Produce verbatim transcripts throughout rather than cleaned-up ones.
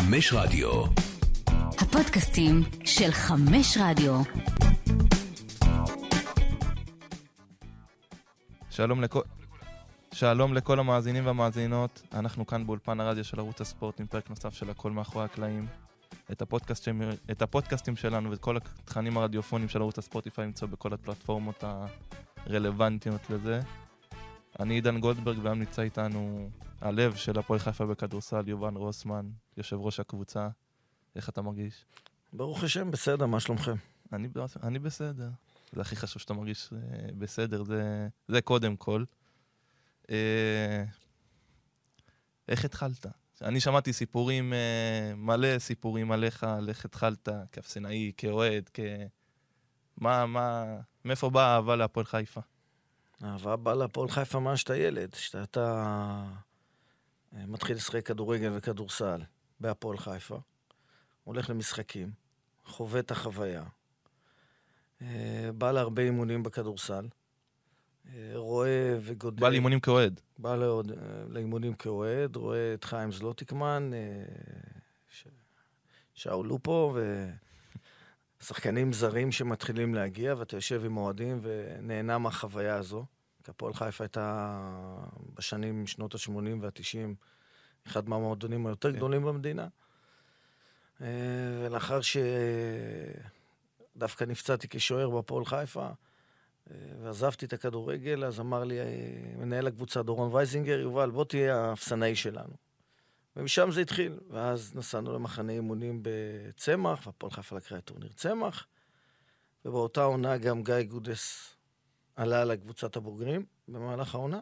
חמש רדיו. הפודקאסטים של חמש רדיו. שלום לכל... שלום לכל המאזינים והמאזינות. אנחנו כאן באולפן הרדיו של ערוץ הספורט עם פרק נוסף של הכל מאחורי הקלעים. את, הפודקאסט ש... את הפודקאסטים שלנו ואת כל התכנים הרדיופונים של ערוץ הספורט אפשר למצוא בכל הפלטפורמות הרלוונטיות לזה. אני עידן גולדברג והיום נמצא איתנו הלב של הפועל חיפה בכדורסל, יובל רוסמן, יושב ראש הקבוצה. איך אתה מרגיש? ברוך השם, בסדר, מה שלומכם? אני, אני בסדר. זה הכי חשוב שאתה מרגיש בסדר, זה, זה קודם כל. אה, איך התחלת? אני שמעתי סיפורים, מלא סיפורים עליך, על איך התחלת כאפסנאי, כאוהד, כ... מה, מה, מאיפה באה האהבה להפועל חיפה? האהבה באה להפועל חיפה מה שאתה ילד, שאתה מתחיל לשחק כדורגל וכדורסל בהפועל חיפה, הולך למשחקים, חווה את החוויה, בא להרבה אימונים בכדורסל, רואה וגודל... בא לאימונים כאוהד. בא לעוד, לאימונים כאוהד, רואה את חיים זלוטיקמן, ש... שאולו פה, ושחקנים זרים שמתחילים להגיע, ואתה יושב עם אוהדים ונהנה מהחוויה הזו. כי הפועל חיפה הייתה בשנים, שנות ה-שמונים וה-תשעים, אחד מהמועדונים היותר גדולים במדינה. ולאחר שדווקא נפצעתי כשוער בהפועל חיפה, ועזבתי את הכדורגל, אז אמר לי מנהל הקבוצה דורון וייזינגר, יובל, בוא תהיה האפסנאי שלנו. ומשם זה התחיל, ואז נסענו למחנה אימונים בצמח, והפועל חיפה לקחה את טורניר צמח, ובאותה עונה גם גיא גודס עלה לקבוצת הבוגרים במהלך העונה,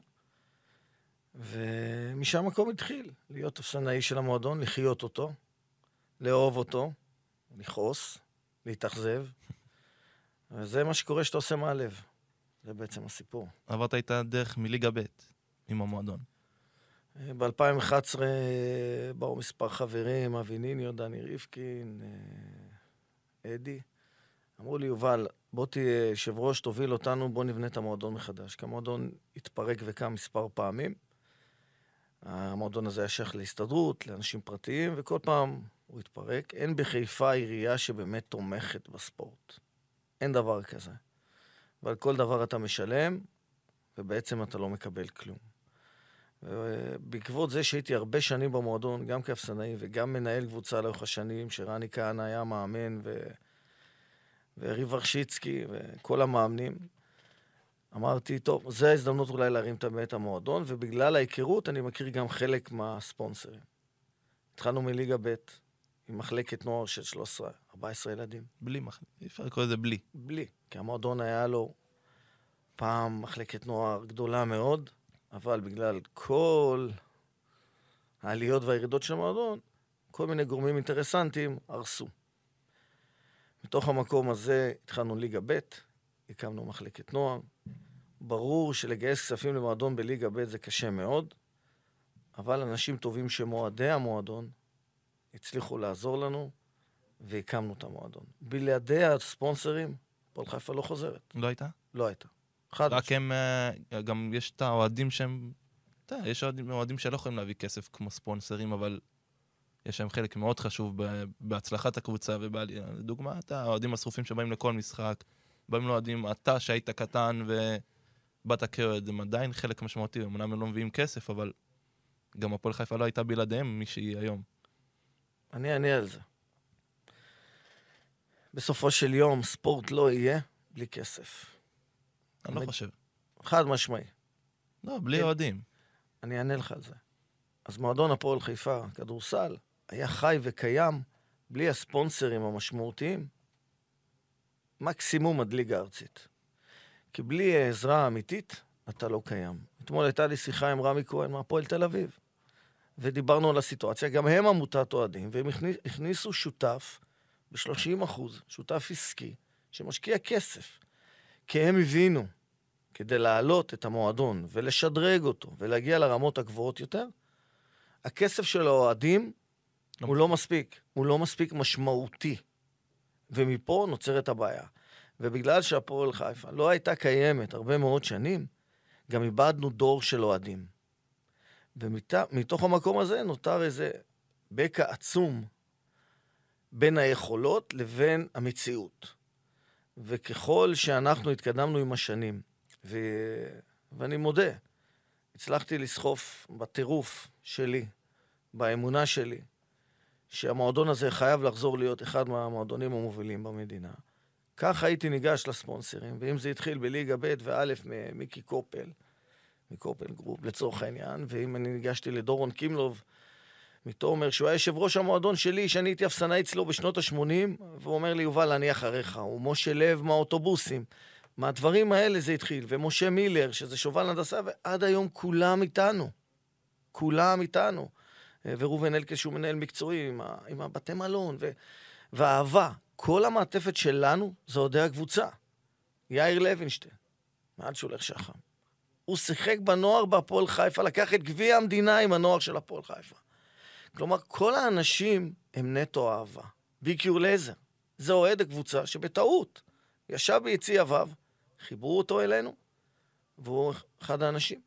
ומשם מקום התחיל, להיות אפסנאי של המועדון, לחיות אותו, לאהוב אותו, לכעוס, להתאכזב, וזה מה שקורה שאתה עושה מהלב. זה בעצם הסיפור. עברת איתה דרך מליגה ב' עם המועדון. ב-אלפיים ואחת עשרה באו מספר חברים, אבי ניניו, דני ריבקין, אדי. אמרו לי, יובל, בוא תהיה יושב ראש, תוביל אותנו, בוא נבנה את המועדון מחדש. כי המועדון התפרק וקם מספר פעמים. המועדון הזה היה שייך להסתדרות, לאנשים פרטיים, וכל פעם הוא התפרק. אין בחיפה עירייה שבאמת תומכת בספורט. אין דבר כזה. ועל כל דבר אתה משלם, ובעצם אתה לא מקבל כלום. ובעקבות זה שהייתי הרבה שנים במועדון, גם כאפסנאי וגם מנהל קבוצה לאורך השנים, שרני כהנא היה מאמן, ו... וריב ורשיצקי וכל המאמנים, אמרתי, טוב, זו ההזדמנות אולי להרים את המועדון, ובגלל ההיכרות אני מכיר גם חלק מהספונסרים. התחלנו מליגה ב' עם מחלקת נוער של שלוש עשרה ארבע עשרה ילדים. בלי מחלקת, אפשר לקרוא לזה בלי. בלי, כי המועדון היה לו פעם מחלקת נוער גדולה מאוד, אבל בגלל כל העליות והירידות של המועדון, כל מיני גורמים אינטרסנטיים הרסו. מתוך המקום הזה התחלנו ליגה ב', הקמנו מחלקת נוער. ברור שלגייס כספים למועדון בליגה ב' זה קשה מאוד, אבל אנשים טובים שמועדי המועדון הצליחו לעזור לנו, והקמנו את המועדון. בלעדי הספונסרים, הפועל חיפה לא חוזרת. לא הייתה? לא הייתה. חד רק הם, גם יש את האוהדים שהם, אתה, יש אוהדים, אוהדים שלא יכולים להביא כסף כמו ספונסרים, אבל יש להם חלק מאוד חשוב בהצלחת הקבוצה, ובדוגמה, אתה, האוהדים השרופים שבאים לכל משחק, באים לאוהדים, אתה שהיית קטן ובאת כאוהד, הם עדיין חלק משמעותי, אמנם הם לא מביאים כסף, אבל גם הפועל חיפה לא הייתה בלעדיהם מי שהיא היום. אני אענה על זה. בסופו של יום, ספורט לא יהיה בלי כסף. אני לא חושב. חד משמעי. לא, בלי אוהדים. אני אענה לך על זה. אז מועדון הפועל חיפה, כדורסל, היה חי וקיים בלי הספונסרים המשמעותיים, מקסימום עד ליגה ארצית. כי בלי העזרה האמיתית, אתה לא קיים. אתמול הייתה לי שיחה עם רמי כהן מהפועל תל אביב, ודיברנו על הסיטואציה, גם הם עמותת אוהדים, והם הכניסו שותף ב-שלושים אחוז, שותף עסקי, שמשקיע כסף. כי הם הבינו, כדי להעלות את המועדון ולשדרג אותו ולהגיע לרמות הגבוהות יותר, הכסף של האוהדים לא הוא לא מספיק, הוא לא מספיק משמעותי. ומפה נוצרת הבעיה. ובגלל שהפועל חיפה לא הייתה קיימת הרבה מאוד שנים, גם איבדנו דור של אוהדים. ומתוך המקום הזה נותר איזה בקע עצום בין היכולות לבין המציאות. וככל שאנחנו התקדמנו עם השנים, ו... ואני מודה, הצלחתי לסחוף בטירוף שלי, באמונה שלי, שהמועדון הזה חייב לחזור להיות אחד מהמועדונים המובילים במדינה. כך הייתי ניגש לספונסרים, ואם זה התחיל בליגה ב' וא' ממיקי קופל, מקופל גרופ לצורך העניין, ואם אני ניגשתי לדורון קימלוב, מתומר, שהוא היה יושב ראש המועדון שלי, שאני הייתי אפסנאי אצלו בשנות ה-שמונים, והוא אומר לי, יובל, אני אחריך, הוא משה לב מהאוטובוסים, מהדברים האלה זה התחיל, ומשה מילר, שזה שובל הנדסה, ועד היום כולם איתנו, כולם איתנו, ורובן אלקס שהוא מנהל מקצועי, עם, ה, עם הבתי מלון, ו, והאהבה, כל המעטפת שלנו, זה עודי הקבוצה. יאיר לוינשטיין, מעד שולח שחם. הוא שיחק בנוער בהפועל חיפה, לקח את גביע המדינה עם הנוער של הפועל חיפה. כלומר, כל האנשים הם נטו אהבה. ביקיור לזר, זה אוהד הקבוצה שבטעות ישב ביציע אביו, חיברו אותו אלינו, והוא אחד האנשים.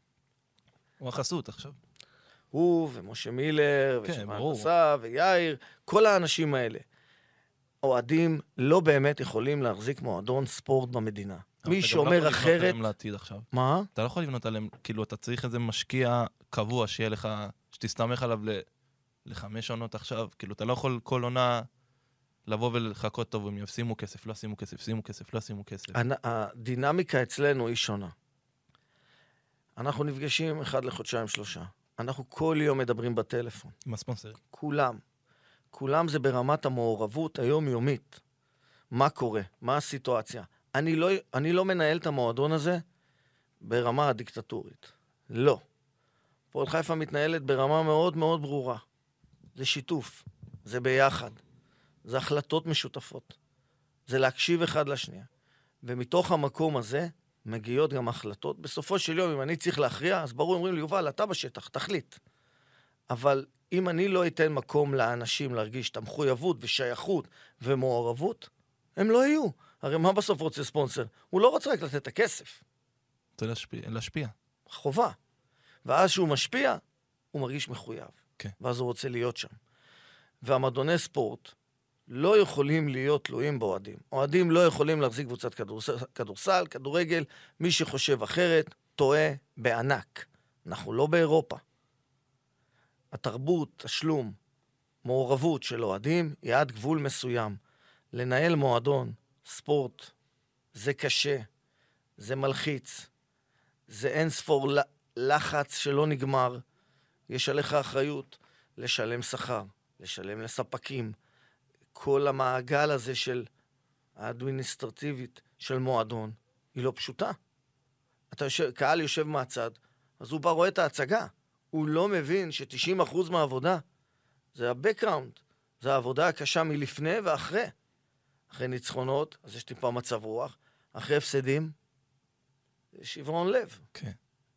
הוא החסות עכשיו. הוא ומשה מילר, כן, ושמען ברור. בסה ויאיר, כל האנשים האלה. אוהדים לא באמת יכולים להחזיק מועדון ספורט במדינה. מי שאומר אחרת... אתה לא יכול לבנות עליהם לעתיד עכשיו. מה? אתה לא יכול לבנות עליהם, כאילו, אתה צריך איזה משקיע קבוע שיהיה לך, שתסתמך עליו ל... לחמש עונות עכשיו. כאילו, אתה לא יכול כל עונה לבוא ולחכות טוב, הם ישימו כסף, לא ישימו כסף, שימו כסף, לא ישימו כסף. הדינמיקה אצלנו היא שונה. אנחנו נפגשים אחד לחודשיים שלושה. אנחנו כל יום מדברים בטלפון. עם הספונסר. כולם. כולם זה ברמת המעורבות היומיומית. מה קורה? מה הסיטואציה? אני לא, אני לא מנהל את המועדון הזה ברמה הדיקטטורית. לא. הפועל חיפה מתנהלת ברמה מאוד מאוד ברורה. זה שיתוף. זה ביחד. זה החלטות משותפות. זה להקשיב אחד לשנייה. ומתוך המקום הזה מגיעות גם החלטות. בסופו של יום, אם אני צריך להכריע, אז ברור, אומרים לי, יובל, אתה בשטח, תחליט. אבל אם אני לא אתן מקום לאנשים להרגיש את המחויבות ושייכות ומעורבות, הם לא יהיו. הרי מה בסוף רוצה ספונסר? הוא לא רוצה רק לתת את הכסף. רוצה להשפיע. להשפיע. חובה. ואז שהוא משפיע, הוא מרגיש מחויב. כן. ואז הוא רוצה להיות שם. והמועדוני ספורט לא יכולים להיות תלויים באוהדים. אוהדים לא יכולים להחזיק קבוצת כדורסל, כדורסל, כדורגל. מי שחושב אחרת, טועה בענק. אנחנו לא באירופה. התרבות, תשלום, מעורבות של אוהדים היא עד גבול מסוים. לנהל מועדון, ספורט, זה קשה, זה מלחיץ, זה אין ספור לחץ שלא נגמר. יש עליך אחריות לשלם שכר, לשלם לספקים. כל המעגל הזה של האדמיניסטרטיבית של מועדון היא לא פשוטה. אתה יושב, קהל יושב מהצד, אז הוא בא רואה את ההצגה. הוא לא מבין ש-תשעים אחוז מהעבודה זה הבקראונד, זה העבודה הקשה מלפני ואחרי. אחרי ניצחונות, אז יש טיפה מצב רוח. אחרי הפסדים, זה שברון לב. כן.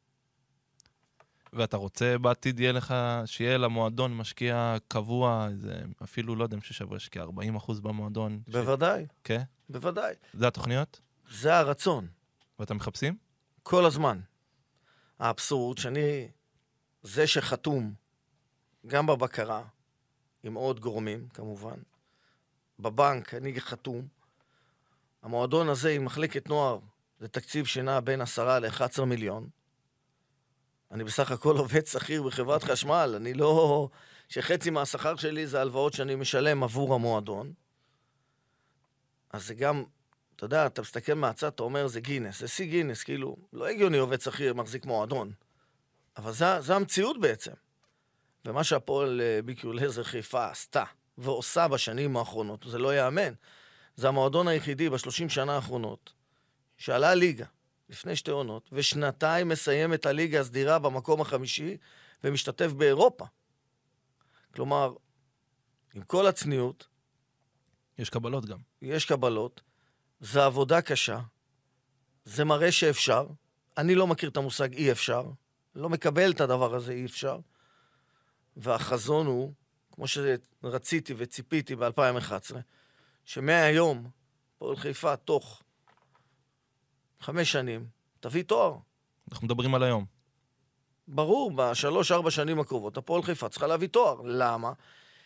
ואתה רוצה בעתיד יהיה לך, שיהיה למועדון משקיע קבוע, זה אפילו לא יודע אם ששווה שקיע ארבעים אחוז במועדון. בוודאי. ש... כן? בוודאי. זה התוכניות? זה הרצון. ואתם מחפשים? כל הזמן. האבסורד שאני, זה שחתום, גם בבקרה, עם עוד גורמים, כמובן, בבנק אני חתום, המועדון הזה עם מחלקת נוער, זה תקציב שנע בין עשרה ל-אחד עשר מיליון. אני בסך הכל עובד שכיר בחברת חשמל, אני לא... שחצי מהשכר שלי זה הלוואות שאני משלם עבור המועדון. אז זה גם, אתה יודע, אתה מסתכל מהצד, אתה אומר, זה גינס, זה סי גינס, כאילו, לא הגיוני עובד שכיר מחזיק מועדון. אבל זה, זה המציאות בעצם. ומה שהפועל ביקיור לזר חיפה עשתה, ועושה בשנים האחרונות, זה לא יאמן. זה המועדון היחידי בשלושים שנה האחרונות, שעלה ליגה לפני שתי עונות, ושנתיים מסיים את הליגה הסדירה במקום החמישי, ומשתתף באירופה. כלומר, עם כל הצניעות, יש קבלות גם. יש קבלות, זה עבודה קשה, זה מראה שאפשר, אני לא מכיר את המושג אי אפשר, לא מקבל את הדבר הזה אי אפשר, והחזון הוא, כמו שרציתי וציפיתי ב-אלפיים ואחת עשרה, שמהיום, פועל חיפה, תוך חמש שנים, תביא תואר. אנחנו מדברים על היום. ברור, בשלוש, ארבע שנים הקרובות, הפועל חיפה צריכה להביא תואר. למה?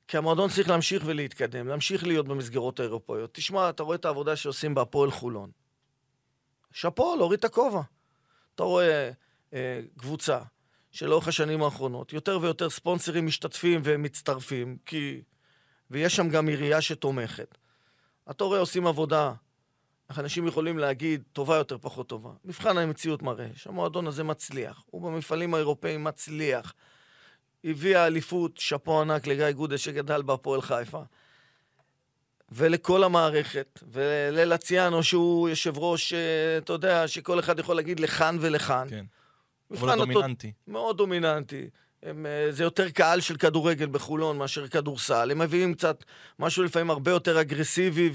כי המועדון צריך להמשיך ולהתקדם, להמשיך להיות במסגרות האירופאיות. תשמע, אתה רואה את העבודה שעושים בהפועל חולון. שפו, להוריד את הכובע. אתה רואה אה, קבוצה שלאורך השנים האחרונות, יותר ויותר ספונסרים משתתפים ומצטרפים, כי... ויש שם גם עירייה שתומכת. אתה רואה, עושים עבודה, איך אנשים יכולים להגיד טובה יותר, פחות טובה. מבחן המציאות מראה שהמועדון הזה מצליח, הוא במפעלים האירופאים מצליח. הביא האליפות, שפו ענק לגיא גודס שגדל בהפועל חיפה. ולכל המערכת, וללציאנו שהוא יושב ראש, אתה יודע, שכל אחד יכול להגיד לכאן ולכאן. כן. מאוד דומיננטי. מאוד דומיננטי. הם, זה יותר קהל של כדורגל בחולון מאשר כדורסל. הם מביאים קצת משהו לפעמים הרבה יותר אגרסיבי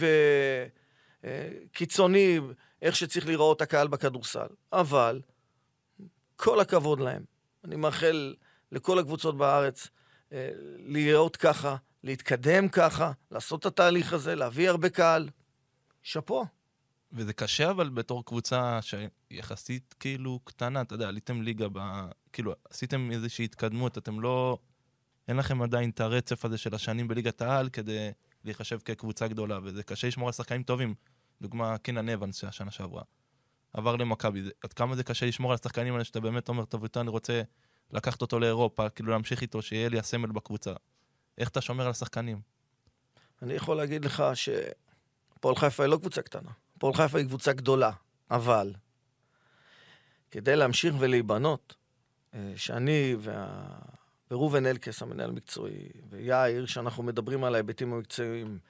וקיצוני, איך שצריך לראות הקהל בכדורסל. אבל כל הכבוד להם. אני מאחל לכל הקבוצות בארץ להיות ככה, להתקדם ככה, לעשות את התהליך הזה, להביא הרבה קהל. שפו. וזה קשה, אבל בתור קבוצה שיחסית כאילו קטנה, אתה יודע, עליתם ליגה, ב... כאילו, עשיתם איזושהי התקדמות, אתם לא... אין לכם עדיין את הרצף הזה של השנים בליגת העל, כדי להיחשב כקבוצה גדולה, וזה קשה לשמור על שחקנים טובים. דוגמה, קינן אבנס שהשנה שעברה. עבר למכבי. עד כמה זה קשה לשמור על השחקנים האלה, שאתה באמת אומר, טוב, אני רוצה לקחת אותו לאירופה, כאילו להמשיך איתו, שיהיה לי הסמל בקבוצה. איך אתה שומר על השחקנים? אני יכול להגיד לך שהפועל חיפה היא לא קבוצה קטנה. הפועל חיפה היא קבוצה גדולה, אבל כדי להמשיך ולהיבנות, שאני וה... ורובן אלקס, המנהל המקצועי, ויאיר, שאנחנו מדברים על ההיבטים המקצועיים,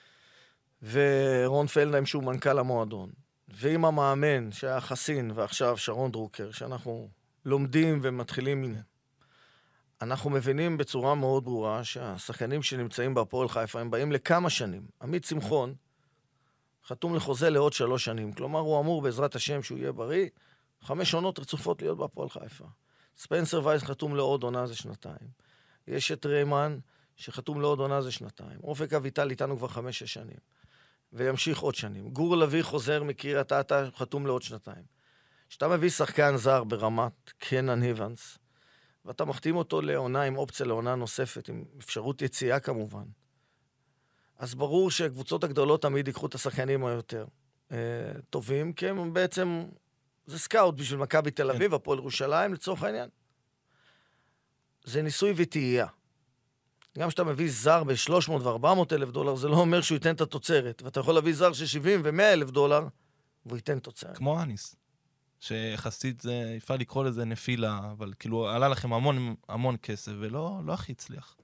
ורון פלדהיים, שהוא מנכ"ל המועדון, ועם המאמן, שהיה חסין, ועכשיו שרון דרוקר, שאנחנו לומדים ומתחילים, אנחנו מבינים בצורה מאוד ברורה שהשחקנים שנמצאים בהפועל חיפה, הם באים לכמה שנים. עמית שמחון חתום לחוזה לעוד שלוש שנים. כלומר, הוא אמור בעזרת השם שהוא יהיה בריא, חמש עונות רצופות להיות בהפועל חיפה. ספנסר וייס חתום לעוד עונה זה שנתיים. יש את ריימן שחתום לעוד עונה זה שנתיים. אופק אביטל איתנו כבר חמש-שש שנים. וימשיך עוד שנים. גור לוי חוזר מקריית אתא, חתום לעוד שנתיים. כשאתה מביא שחקן זר ברמת קינן אבנס, ואתה מחתים אותו לעונה עם אופציה לעונה נוספת, עם אפשרות יציאה כמובן, אז ברור שהקבוצות הגדולות תמיד ייקחו את השחקנים היותר אה, טובים, כי הם בעצם, זה סקאוט בשביל מכבי תל אביב, הפועל ירושלים לצורך העניין. זה ניסוי וטעייה. גם כשאתה מביא זר ב-שלוש מאות וארבע מאות אלף דולר, זה לא אומר שהוא ייתן את התוצרת. ואתה יכול להביא זר של שבעים ומאה אלף דולר, והוא ייתן תוצרת. כמו אניס, שיחסית זה, יפעל לקרוא לזה נפילה, אבל כאילו עלה לכם המון, המון כסף, ולא לא הכי הצליח.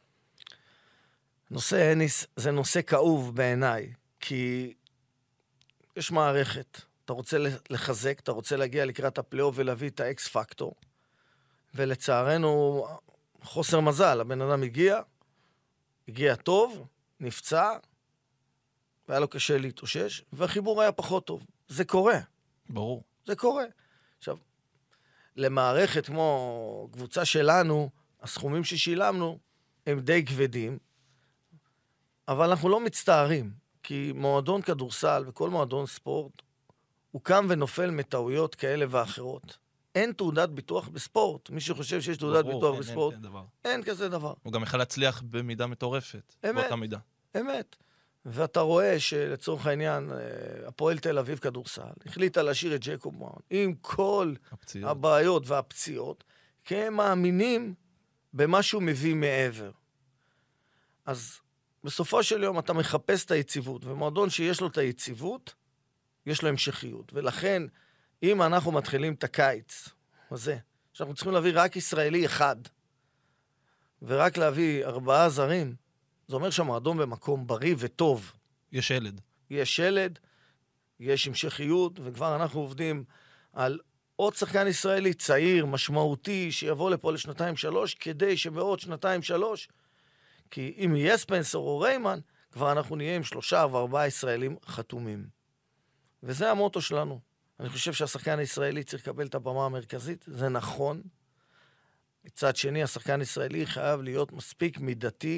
נושא אניס זה נושא כאוב בעיניי, כי יש מערכת. אתה רוצה לחזק, אתה רוצה להגיע לקראת הפלייאוף ולהביא את האקס פקטור. ולצערנו, חוסר מזל, הבן אדם הגיע, הגיע טוב, נפצע, והיה לו קשה להתאושש, והחיבור היה פחות טוב. זה קורה. ברור. זה קורה. עכשיו, למערכת כמו קבוצה שלנו, הסכומים ששילמנו הם די כבדים, אבל אנחנו לא מצטערים, כי מועדון כדורסל וכל מועדון ספורט, הוא קם ונופל מטעויות כאלה ואחרות. אין תעודת ביטוח בספורט. מי שחושב שיש תעודת ברור, ביטוח אין, בספורט, אין, אין, דבר. אין כזה דבר. הוא גם יכול להצליח במידה מטורפת. אמת. באותה מידה. אמת. ואתה רואה שלצורך העניין, הפועל תל אביב כדורסל, החליטה להשאיר את ג'ייקוב מאון, עם כל הפציעות. הבעיות והפציעות, כי הם מאמינים במה שהוא מביא מעבר. אז בסופו של יום אתה מחפש את היציבות, ומועדון שיש לו את היציבות, יש לו המשכיות. ולכן, אם אנחנו מתחילים את הקיץ הזה, שאנחנו צריכים להביא רק ישראלי אחד, ורק להביא ארבעה זרים, זה אומר שהמועדון במקום בריא וטוב. יש ילד. יש ילד, יש המשכיות, וכבר אנחנו עובדים על עוד שחקן ישראלי צעיר, משמעותי, שיבוא לפה לשנתיים שלוש, כדי שבעוד שנתיים שלוש, כי אם יהיה ספנסר או ריימן, כבר אנחנו נהיה עם שלושה וארבעה ישראלים חתומים. וזה המוטו שלנו. אני חושב שהשחקן הישראלי צריך לקבל את הבמה המרכזית, זה נכון. מצד שני, השחקן הישראלי חייב להיות מספיק מידתי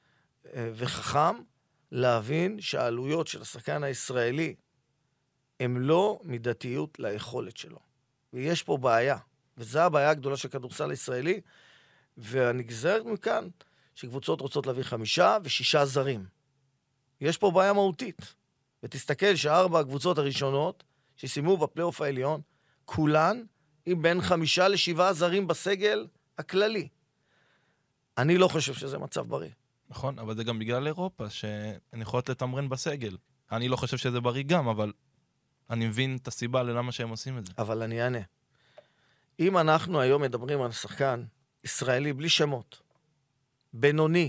וחכם, להבין שהעלויות של השחקן הישראלי הם לא מידתיות ליכולת שלו. ויש פה בעיה, וזו הבעיה הגדולה של כדורסל הישראלי, והנגזרת מכאן, שקבוצות רוצות להביא חמישה ושישה זרים. יש פה בעיה מהותית. ותסתכל שארבע הקבוצות הראשונות, שסיימו בפלייאוף העליון, כולן עם בין חמישה לשבעה זרים בסגל הכללי. אני לא חושב שזה מצב בריא. נכון, אבל זה גם בגלל אירופה, שהן יכולות לתמרן בסגל. אני לא חושב שזה בריא גם, אבל אני מבין את הסיבה ללמה שהם עושים את זה. אבל אני אענה. אם אנחנו היום מדברים על שחקן ישראלי בלי שמות, בינוני,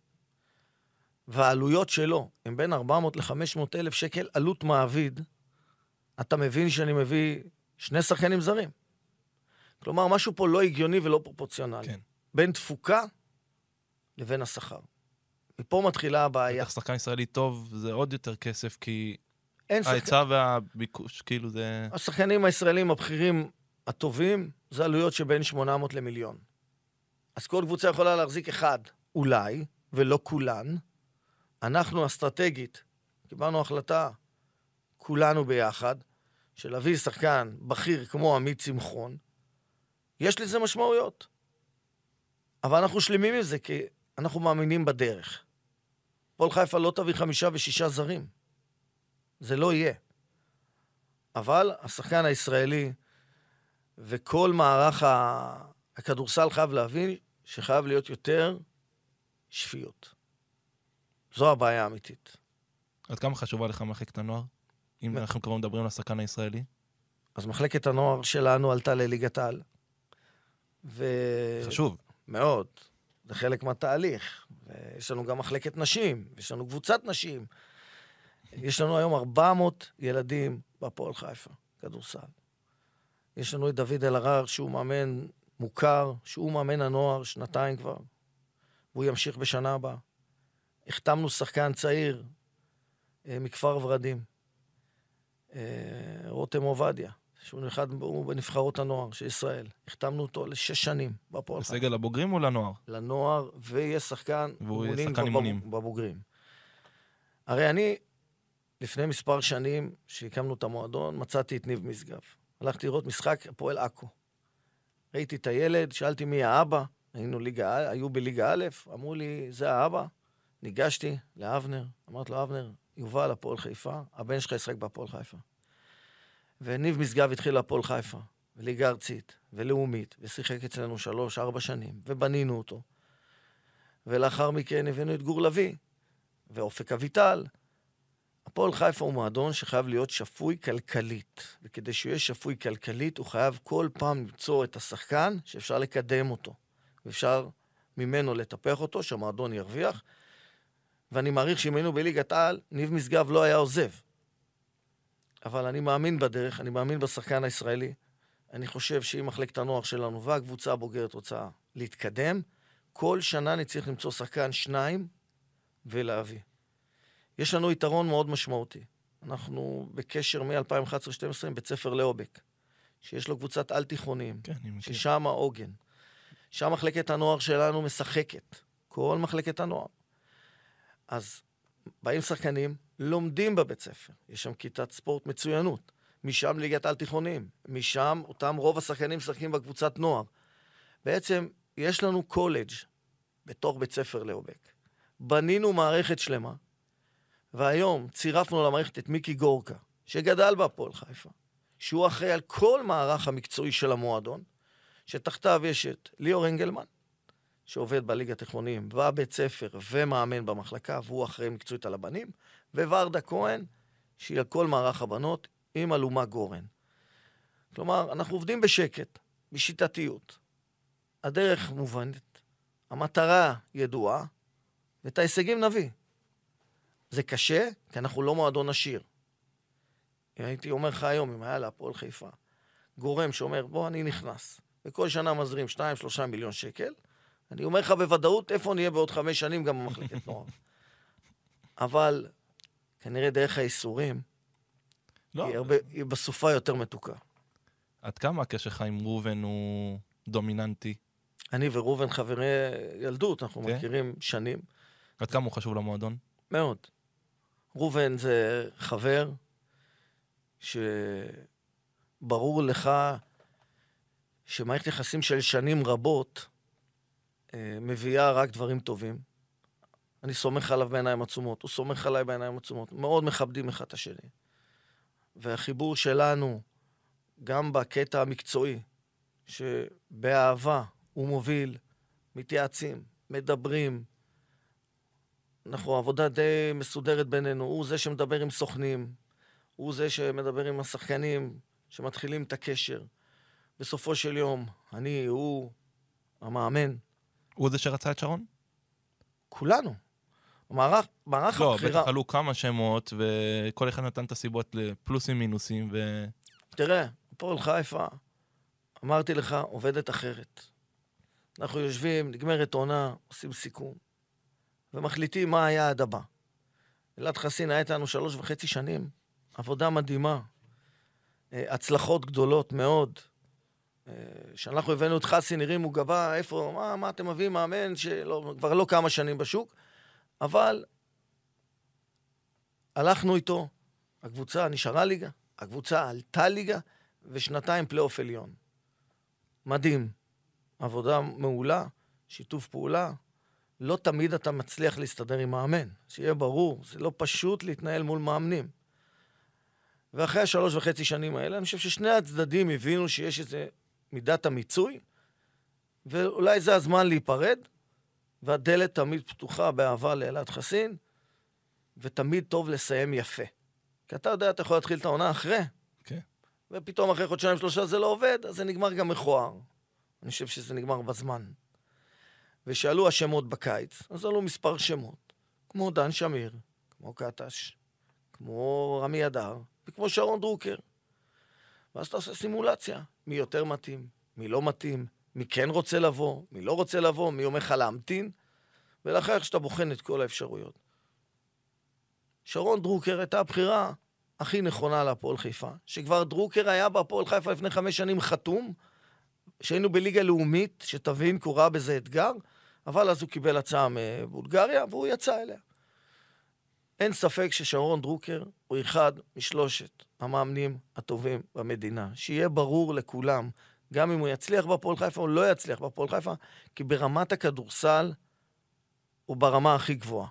והעלויות שלו הם בין ארבע מאות ל-חמש מאות אלף שקל עלות מעביד, אתה מבין שאני מביא שני שחקנים זרים. כלומר, משהו פה לא הגיוני ולא פרופורציונלי. כן. בין תפוקה לבין השכר. מפה מתחילה הבעיה. בטח שחקן ישראלי טוב זה עוד יותר כסף, כי ההיצע והביקוש, כאילו זה... השחקנים הישראלים הבכירים הטובים, זה עלויות שבין שמונה מאות למיליון. אז כל קבוצה יכולה להחזיק אחד, אולי, ולא כולן. אנחנו אסטרטגית, קיבלנו החלטה, כולנו ביחד, של להביא שחקן בכיר כמו עמית שמחון, יש לזה משמעויות. אבל אנחנו שלמים עם זה, כי אנחנו מאמינים בדרך. פועל חיפה לא תביא חמישה ושישה זרים. זה לא יהיה. אבל השחקן הישראלי וכל מערך הכדורסל חייב להבין שחייב להיות יותר שפיות. זו הבעיה האמיתית. עד כמה חשובה לך מחלקת הנוער? אם אנחנו כבר מדברים על השחקן הישראלי? אז מחלקת הנוער שלנו עלתה לליגת העל. ו... חשוב. מאוד. זה חלק מהתהליך. ויש לנו גם מחלקת נשים, ויש לנו קבוצת נשים. יש לנו היום ארבע מאות ילדים בפועל חיפה, כדורסל. יש לנו את דוד אלהרר, שהוא מאמן מוכר, שהוא מאמן הנוער שנתיים כבר, והוא ימשיך בשנה הבאה. החתמנו שחקן צעיר מכפר ורדים, רותם עובדיה, שהוא אחד בנבחרות הנוער של ישראל. החתמנו אותו לשש שנים בפועל חיפה. בסגל הבוגרים או לנוער? לנוער, ויהיה שחקן אימונים בבוגרים. הרי אני, לפני מספר שנים שהקמנו את המועדון, מצאתי את ניב משגב. הלכתי לראות משחק הפועל עכו. ראיתי את הילד, שאלתי מי האבא, היינו ליגה, היו בליגה א', אמרו לי, זה האבא. ניגשתי לאבנר, אמרתי לו, אבנר, יובל הפועל חיפה, הבן שלך ישחק בהפועל חיפה. וניב משגב התחיל להפועל חיפה, וליגה ארצית, ולאומית, ושיחק אצלנו שלוש, ארבע שנים, ובנינו אותו. ולאחר מכן הבאנו את גור לוי, ואופק אביטל. הפועל חיפה הוא מועדון שחייב להיות שפוי כלכלית, וכדי שהוא יהיה שפוי כלכלית, הוא חייב כל פעם למצוא את השחקן שאפשר לקדם אותו, ואפשר ממנו לטפח אותו, שהמועדון ירוויח, ואני מעריך שאם היינו בליגת העל, ניב משגב לא היה עוזב. אבל אני מאמין בדרך, אני מאמין בשחקן הישראלי. אני חושב שאם מחלקת הנוער שלנו והקבוצה הבוגרת רוצה להתקדם, כל שנה נצטרך למצוא שחקן שניים ולהביא. יש לנו יתרון מאוד משמעותי. אנחנו בקשר מ-אלפיים אחת עשרה שתים עשרה עם בית ספר לאובק, שיש לו קבוצת על תיכוניים, כן, ששם העוגן. שם מחלקת הנוער שלנו משחקת. כל מחלקת הנוער. אז באים שחקנים, לומדים בבית ספר. יש שם כיתת ספורט מצוינות. משם ליגת על תיכוניים. משם אותם רוב השחקנים משחקים בקבוצת נוער. בעצם יש לנו קולג' בתוך בית ספר לאובק. בנינו מערכת שלמה, והיום צירפנו למערכת את מיקי גורקה, שגדל בהפועל חיפה, שהוא אחראי על כל מערך המקצועי של המועדון, שתחתיו יש את ליאור אנגלמן, שעובד בליגה התיכוניים, בבית ספר ומאמן במחלקה, והוא אחראי מקצועית על הבנים, וורדה כהן, שהיא על כל מערך הבנות, עם אלומה גורן. כלומר, אנחנו עובדים בשקט, בשיטתיות. הדרך מובנת, המטרה ידועה, ואת ההישגים נביא. זה קשה, כי אנחנו לא מועדון עשיר. הייתי אומר לך היום, אם היה להפועל חיפה, גורם שאומר, בוא, אני נכנס, וכל שנה מזרים שתיים, שלושה מיליון שקל, אני אומר לך בוודאות, איפה נהיה בעוד חמש שנים גם במחלקת נוער. אבל כנראה דרך האיסורים, לא. היא, הרבה, היא בסופה יותר מתוקה. עד כמה הקשר שלך עם רובן הוא דומיננטי? אני ורובן חברי ילדות, אנחנו כן? מכירים שנים. עד כמה הוא חשוב למועדון? מאוד. רובן זה חבר שברור לך שמערכת יחסים של שנים רבות מביאה רק דברים טובים. אני סומך עליו בעיניים עצומות, הוא סומך עליי בעיניים עצומות. מאוד מכבדים אחד את השני. והחיבור שלנו, גם בקטע המקצועי, שבאהבה הוא מוביל, מתייעצים, מדברים. אנחנו עבודה די מסודרת בינינו. הוא זה שמדבר עם סוכנים, הוא זה שמדבר עם השחקנים, שמתחילים את הקשר. בסופו של יום, אני, הוא, המאמן. הוא זה שרצה את שרון? כולנו. מערך, מערך לא, הבחירה... בטח עלו כמה שמות, וכל אחד נתן את הסיבות לפלוסים מינוסים, ו... תראה, הפועל חיפה, אמרתי לך, עובדת אחרת. אנחנו יושבים, נגמרת עונה, עושים סיכום, ומחליטים מה היה היעד הבא. אלעד חסין היה איתנו שלוש וחצי שנים, עבודה מדהימה, הצלחות גדולות מאוד. כשאנחנו הבאנו את חסין, נראים הוא גבה, איפה, מה, מה אתם מביאים מאמן, שלא, כבר לא כמה שנים בשוק, אבל הלכנו איתו, הקבוצה נשארה ליגה, הקבוצה עלתה ליגה, ושנתיים פלייאוף עליון. מדהים. עבודה מעולה, שיתוף פעולה. לא תמיד אתה מצליח להסתדר עם מאמן. שיהיה ברור, זה לא פשוט להתנהל מול מאמנים. ואחרי השלוש וחצי שנים האלה, אני חושב ששני הצדדים הבינו שיש איזה מידת המיצוי, ואולי זה הזמן להיפרד, והדלת תמיד פתוחה באהבה לאלעד חסין, ותמיד טוב לסיים יפה. כי אתה יודע, אתה יכול להתחיל את העונה אחרי, כן. ופתאום אחרי חודשיים שלושה זה לא עובד, אז זה נגמר גם מכוער. אני חושב שזה נגמר בזמן. ושאלו השמות בקיץ, אז עלו מספר שמות, כמו דן שמיר, כמו קטש, כמו רמי ידר, וכמו שרון דרוקר. ואז אתה עושה סימולציה, מי יותר מתאים, מי לא מתאים, מי כן רוצה לבוא, מי לא רוצה לבוא, מי אומר לך להמתין, ולאחר שאתה בוחן את כל האפשרויות. שרון דרוקר הייתה הבחירה הכי נכונה להפועל חיפה, שכבר דרוקר היה בהפועל חיפה לפני חמש שנים חתום, שהיינו בליגה לאומית, שתבין, קורה בזה אתגר, אבל אז הוא קיבל הצעה מבולגריה, והוא יצא אליה. אין ספק ששרון דרוקר הוא אחד משלושת המאמנים הטובים במדינה. שיהיה ברור לכולם, גם אם הוא יצליח בהפועל חיפה או לא יצליח בהפועל חיפה, כי ברמת הכדורסל הוא ברמה הכי גבוהה.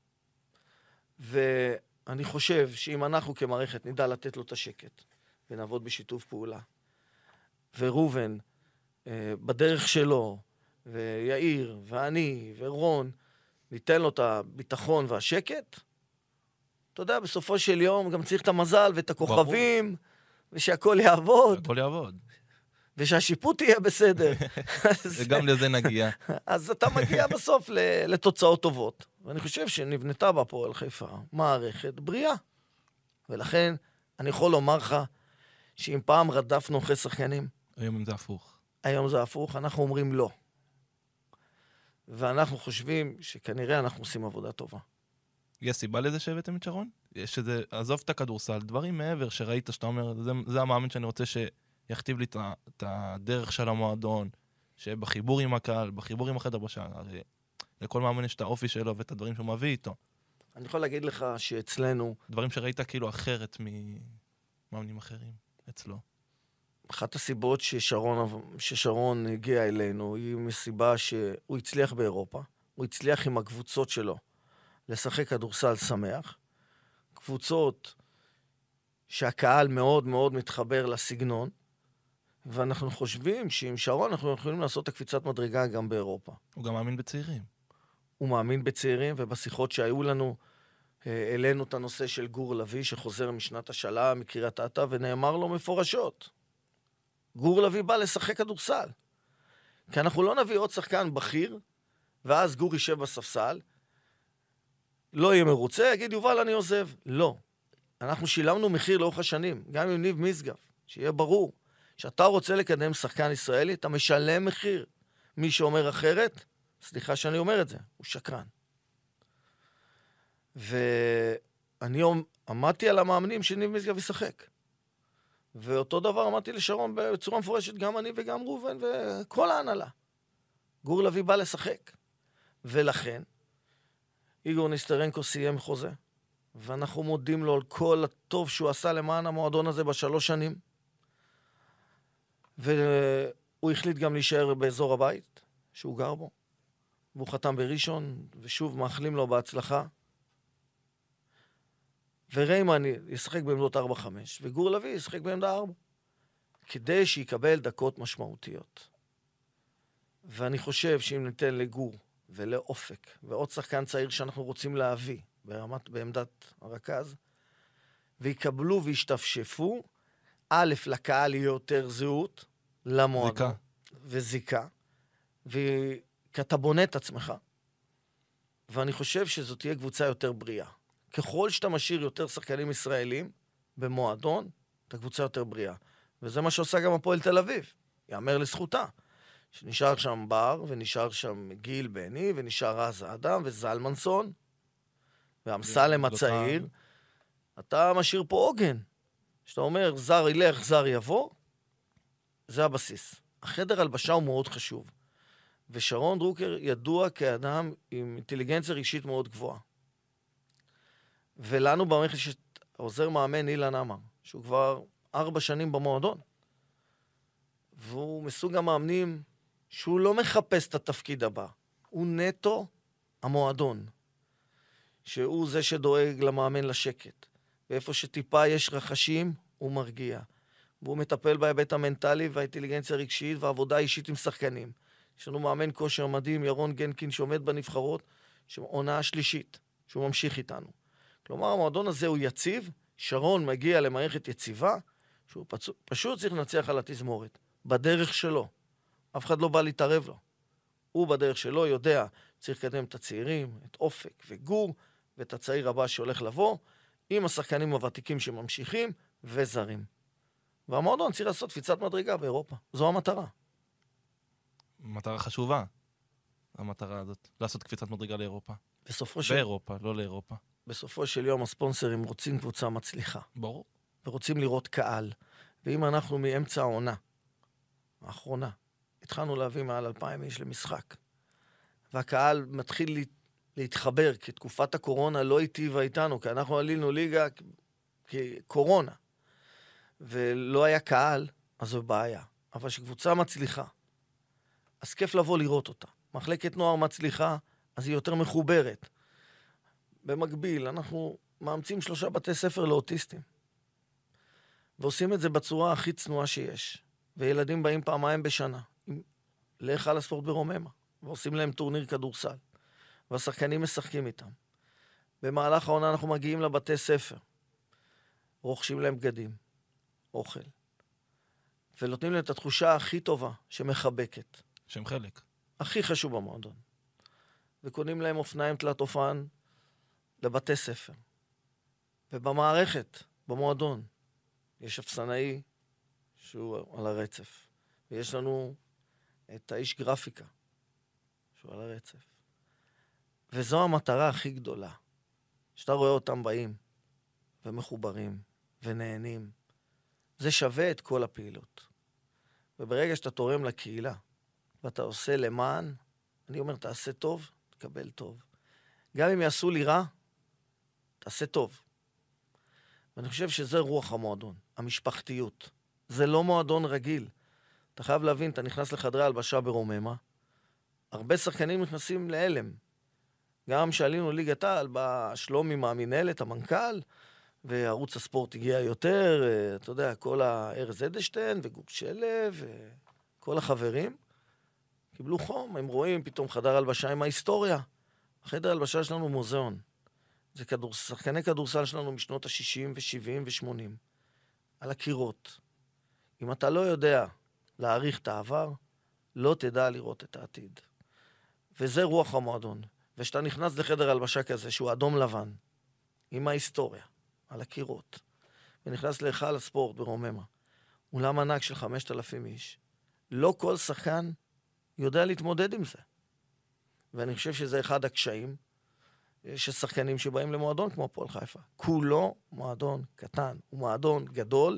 ואני חושב שאם אנחנו כמערכת נדע לתת לו את השקט, ונעבוד בשיתוף פעולה, ורובן בדרך שלו, ויאיר, ואני, ורון, ניתן לו את הביטחון והשקט, אתה יודע, בסופו של יום גם צריך את המזל ואת הכוכבים, ושהכל יעבוד. הכל יעבוד. ושהשיפוט יהיה בסדר. וגם לזה נגיע. אז אתה מגיע בסוף לתוצאות טובות. ואני חושב שנבנתה בהפועל חיפה מערכת בריאה. ולכן אני יכול לומר לך שאם פעם רדפנו אחרי שחקנים, היום זה הפוך. היום זה הפוך, אנחנו אומרים לא. ואנחנו חושבים שכנראה אנחנו עושים עבודה טובה. יש סיבה לזה שהבאתם את שרון? יש איזה, עזוב את הכדורסל, דברים מעבר שראית שאתה אומר, זה, זה המאמן שאני רוצה שיכתיב לי את הדרך של המועדון, שבחיבור עם הקהל, בחיבור עם החדר בשעה, הרי לכל מאמן יש את האופי שלו ואת הדברים שהוא מביא איתו. אני יכול להגיד לך שאצלנו... דברים שראית כאילו אחרת ממאמנים אחרים אצלו. אחת הסיבות ששרון, ששרון הגיע אלינו היא מסיבה שהוא הצליח באירופה, הוא הצליח עם הקבוצות שלו לשחק כדורסל שמח, קבוצות שהקהל מאוד מאוד מתחבר לסגנון, ואנחנו חושבים שעם שרון אנחנו יכולים לעשות את הקפיצת מדרגה גם באירופה. הוא גם מאמין בצעירים. הוא מאמין בצעירים, ובשיחות שהיו לנו, העלינו את הנושא של גור לוי, שחוזר משנת השאלה, מקריית אתא, ונאמר לו מפורשות. גור לוי בא לשחק כדורסל. כי אנחנו לא נביא עוד שחקן בכיר, ואז גור יישב בספסל, לא יהיה מרוצה, יגיד, יובל, אני עוזב. לא. אנחנו שילמנו מחיר לאורך השנים, גם עם ניב משגב, שיהיה ברור, שאתה רוצה לקדם שחקן ישראלי, אתה משלם מחיר. מי שאומר אחרת, סליחה שאני אומר את זה, הוא שקרן. ואני עמדתי על המאמנים שניב משגב ישחק. ואותו דבר אמרתי לשרון בצורה מפורשת, גם אני וגם רובן וכל ההנהלה. גור לוי בא לשחק. ולכן, איגור ניסטרנקו סיים חוזה, ואנחנו מודים לו על כל הטוב שהוא עשה למען המועדון הזה בשלוש שנים. והוא החליט גם להישאר באזור הבית שהוא גר בו. והוא חתם בראשון, ושוב מאחלים לו בהצלחה. וריימן ישחק בעמדות ארבע חמש, וגור לוי ישחק בעמדה ארבע, כדי שיקבל דקות משמעותיות. ואני חושב שאם ניתן לגור ולאופק, ועוד שחקן צעיר שאנחנו רוצים להביא, ברמת, בעמדת הרכז, ויקבלו וישתפשפו, א', לקהל יהיה יותר זהות, למועדון. זיקה. וזיקה. וכי אתה בונה את עצמך. ואני חושב שזאת תהיה קבוצה יותר בריאה. ככל שאתה משאיר יותר שחקנים ישראלים במועדון, אתה קבוצה יותר בריאה. וזה מה שעושה גם הפועל תל אביב. יאמר לזכותה. שנשאר שם בר, ונשאר שם גיל בני, ונשאר רז אדם, וזלמנסון, ואמסלם הצעיר. אתה משאיר פה עוגן. שאתה אומר, זר ילך, זר יבוא, זה הבסיס. החדר הלבשה הוא מאוד חשוב. ושרון דרוקר ידוע כאדם עם אינטליגנציה רגשית מאוד גבוהה. ולנו במערכת יש עוזר מאמן אילן אמר, שהוא כבר ארבע שנים במועדון. והוא מסוג המאמנים שהוא לא מחפש את התפקיד הבא. הוא נטו המועדון. שהוא זה שדואג למאמן לשקט. ואיפה שטיפה יש רחשים, הוא מרגיע. והוא מטפל בהיבט המנטלי והאינטליגנציה הרגשית והעבודה האישית עם שחקנים. יש לנו מאמן כושר מדהים, ירון גנקין, שעומד בנבחרות, שעונה השלישית, שהוא ממשיך איתנו. כלומר, המועדון הזה הוא יציב, שרון מגיע למערכת יציבה, שהוא פצו, פשוט צריך לנצח על התזמורת, בדרך שלו. אף אחד לא בא להתערב לו. הוא בדרך שלו יודע, צריך לקדם את הצעירים, את אופק וגור, ואת הצעיר הבא שהולך לבוא, עם השחקנים הוותיקים שממשיכים, וזרים. והמועדון צריך לעשות קפיצת מדרגה באירופה. זו המטרה. מטרה חשובה, המטרה הזאת, לעשות קפיצת מדרגה לאירופה. בסופו של... באירופה, לא לאירופה. בסופו של יום הספונסרים רוצים קבוצה מצליחה. ברור. ורוצים לראות קהל. ואם אנחנו מאמצע העונה, האחרונה, התחלנו להביא מעל אלפיים איש למשחק, והקהל מתחיל לה... להתחבר, כי תקופת הקורונה לא היטיבה איתנו, כי אנחנו עלינו ליגה כקורונה, ולא היה קהל, אז זו בעיה. אבל שקבוצה מצליחה, אז כיף לבוא לראות אותה. מחלקת נוער מצליחה, אז היא יותר מחוברת. במקביל, אנחנו מאמצים שלושה בתי ספר לאוטיסטים. ועושים את זה בצורה הכי צנועה שיש. וילדים באים פעמיים בשנה, להיכל הספורט ברוממה, ועושים להם טורניר כדורסל. והשחקנים משחקים איתם. במהלך העונה אנחנו מגיעים לבתי ספר, רוכשים להם בגדים, אוכל, ונותנים להם את התחושה הכי טובה, שמחבקת. שהם חלק. הכי חשוב במועדון. וקונים להם אופניים תלת אופן לבתי ספר. ובמערכת, במועדון, יש אפסנאי שהוא על הרצף. ויש לנו את האיש גרפיקה, שהוא על הרצף. וזו המטרה הכי גדולה. שאתה רואה אותם באים, ומחוברים, ונהנים. זה שווה את כל הפעילות. וברגע שאתה תורם לקהילה, ואתה עושה למען, אני אומר, תעשה טוב, תקבל טוב. גם אם יעשו לי רע, תעשה טוב. ואני חושב שזה רוח המועדון, המשפחתיות. זה לא מועדון רגיל. אתה חייב להבין, אתה נכנס לחדרי הלבשה ברוממה, הרבה שחקנים נכנסים להלם. גם שעלינו ליגת העל, בשלומי מהמנהלת, המנכ"ל, וערוץ הספורט הגיע יותר, אתה יודע, כל הארז אדשטיין וגור שלב, וכל החברים, קיבלו חום, הם רואים פתאום חדר הלבשה עם ההיסטוריה. החדר הלבשה שלנו מוזיאון. זה כדור, שחקני כדורסל שלנו משנות ה-שישים ו-שבעים ו-שמונים. על הקירות. אם אתה לא יודע להעריך את העבר, לא תדע לראות את העתיד. וזה רוח המועדון. ושאתה נכנס לחדר הלבשה כזה, שהוא אדום לבן, עם ההיסטוריה, על הקירות, ונכנס להיכל הספורט ברוממה, אולם ענק של חמשת אלפים איש, לא כל שחקן יודע להתמודד עם זה. ואני חושב שזה אחד הקשיים, יש שחקנים שבאים למועדון כמו הפועל חיפה. כולו מועדון קטן, הוא מועדון גדול,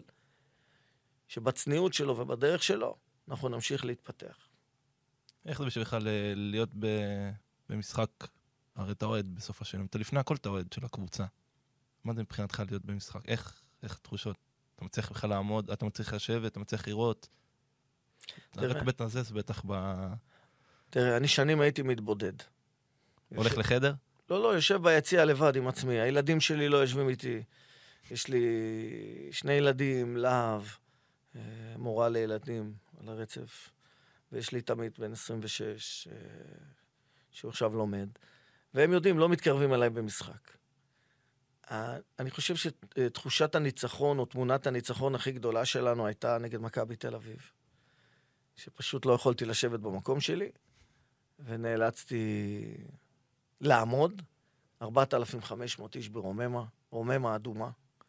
שבצניעות שלו ובדרך שלו, אנחנו נמשיך להתפתח. איך זה בשבילך להיות ב... במשחק, הרי אתה אוהד בסוף השנים, אתה לפני הכל אתה אוהד של הקבוצה. מה זה מבחינתך להיות במשחק? איך, איך תחושות? אתה מצליח בכלל לעמוד, אתה מצליח לשבת, אתה מצליח לראות. רק בית נזס בטח ב... תראה, אני שנים הייתי מתבודד. הולך יושב... לחדר? לא, לא, יושב ביציע לבד עם עצמי. הילדים שלי לא יושבים איתי. יש לי שני ילדים, להב, מורה לילדים על הרצף, ויש לי תמיד בן עשרים ושש, שהוא עכשיו לומד. והם יודעים, לא מתקרבים אליי במשחק. אני חושב שתחושת הניצחון, או תמונת הניצחון הכי גדולה שלנו, הייתה נגד מכבי תל אביב. שפשוט לא יכולתי לשבת במקום שלי, ונאלצתי לעמוד, ארבעת אלפים וחמש מאות איש ברוממה, רוממה אדומה.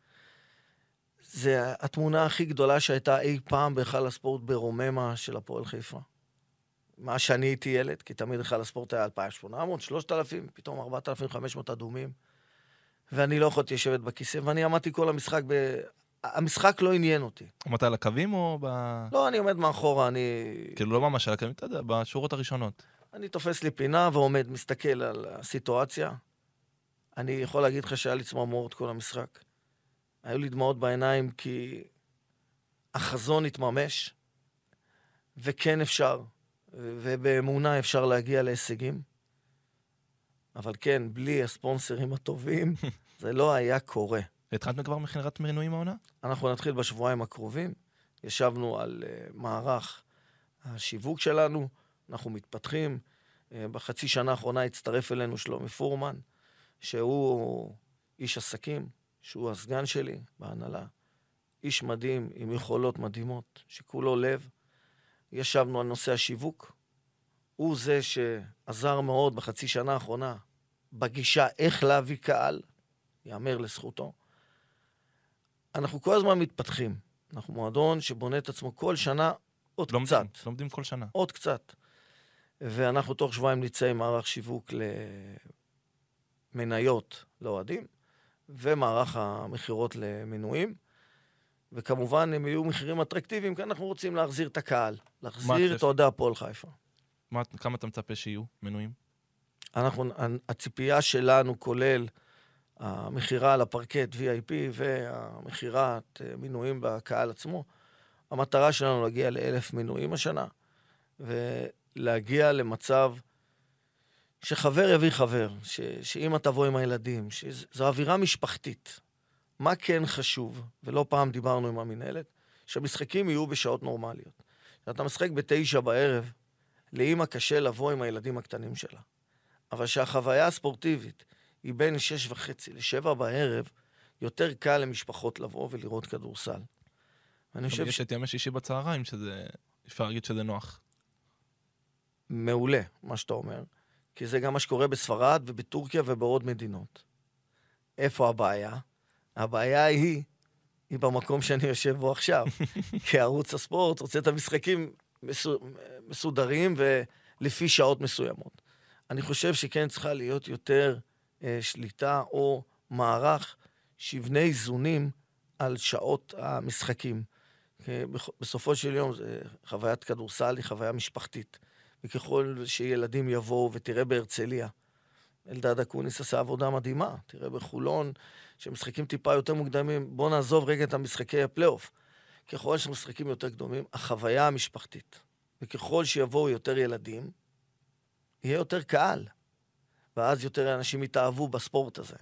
זה התמונה הכי גדולה שהייתה אי פעם בהיכל הספורט ברוממה של הפועל חיפה. מה שאני הייתי ילד, כי תמיד היכל הספורט היה אלפיים ושמונה מאות, שלושת אלפים, פתאום ארבעת אלפים וחמש מאות אדומים, ואני לא יכולתי לשבת בכיסא, ואני עמדתי כל המשחק, ב... המשחק לא עניין אותי. עמדת על הקווים או ב... לא, אני עומד מאחורה, אני... כאילו לא ממש על הקווים, אתה יודע, בשורות הראשונות. אני תופס לי פינה ועומד, מסתכל על הסיטואציה. אני יכול להגיד לך שהיה לי צמרמורת כל המשחק. היו לי דמעות בעיניים כי החזון התממש, וכן אפשר, ובאמונה אפשר להגיע להישגים. אבל כן, בלי הספונסרים הטובים, זה לא היה קורה. התחלתם כבר מכירת מנויים העונה? אנחנו נתחיל בשבועיים הקרובים. ישבנו על uh, מערך השיווק שלנו, אנחנו מתפתחים. Uh, בחצי שנה האחרונה הצטרף אלינו שלומי פורמן, שהוא איש עסקים, שהוא הסגן שלי בהנהלה. איש מדהים, עם יכולות מדהימות, שכולו לב. ישבנו על נושא השיווק. הוא זה שעזר מאוד בחצי שנה האחרונה, בגישה איך להביא קהל, יאמר לזכותו. אנחנו כל הזמן מתפתחים. אנחנו מועדון שבונה את עצמו כל שנה עוד לומדים, קצת. לומדים כל שנה. עוד קצת. ואנחנו תוך שבועיים נצא עם מערך שיווק למניות לאוהדים, ומערך המחירות למנויים. וכמובן הם יהיו מחירים אטרקטיביים, כי אנחנו רוצים להחזיר את הקהל. להחזיר את אוהדי הפועל חיפה. מה, כמה אתה מצפה שיהיו מנויים? אנחנו, הציפייה שלנו כולל המחירה על הפרקט וי איי פי והמחירת מינויים בקהל עצמו. המטרה שלנו להגיע לאלף מינויים השנה, ולהגיע למצב שחבר יביא חבר, ש, שאמא תבוא עם הילדים, שזו אווירה משפחתית. מה כן חשוב, ולא פעם דיברנו עם המנהלת, שהמשחקים יהיו בשעות נורמליות. כשאתה משחק בתשע בערב, לאמא קשה לבוא עם הילדים הקטנים שלה. אבל שהחוויה הספורטיבית היא בין שש וחצי לשבע בערב, יותר קל למשפחות לבוא ולראות כדורסל. אני חושב יש את ימי שישי בצהריים, שזה, אפשר להגיד שזה נוח. מעולה, מה שאתה אומר. כי זה גם מה שקורה בספרד ובטורקיה ובעוד מדינות. איפה הבעיה? הבעיה היא, היא במקום שאני יושב בו עכשיו. כי ערוץ הספורט רוצה את המשחקים מסודרים ולפי שעות מסוימות. אני חושב שכן צריכה להיות יותר אה, שליטה או מערך שיבנה איזונים על שעות המשחקים. בסופו של יום, זה חוויית כדורסל היא חוויה משפחתית. וככל שילדים יבואו ותראה בהרצליה, אלדד אקוניס עשה עבודה מדהימה. תראה בחולון, שמשחקים טיפה יותר מוקדמים, בוא נעזוב רגע את המשחקי הפלייאוף. ככל שמשחקים יותר קדומים, החוויה המשפחתית. וככל שיבואו יותר ילדים, יהיה יותר קהל. ואז יותר אנשים יתאהבו בספורט הזה.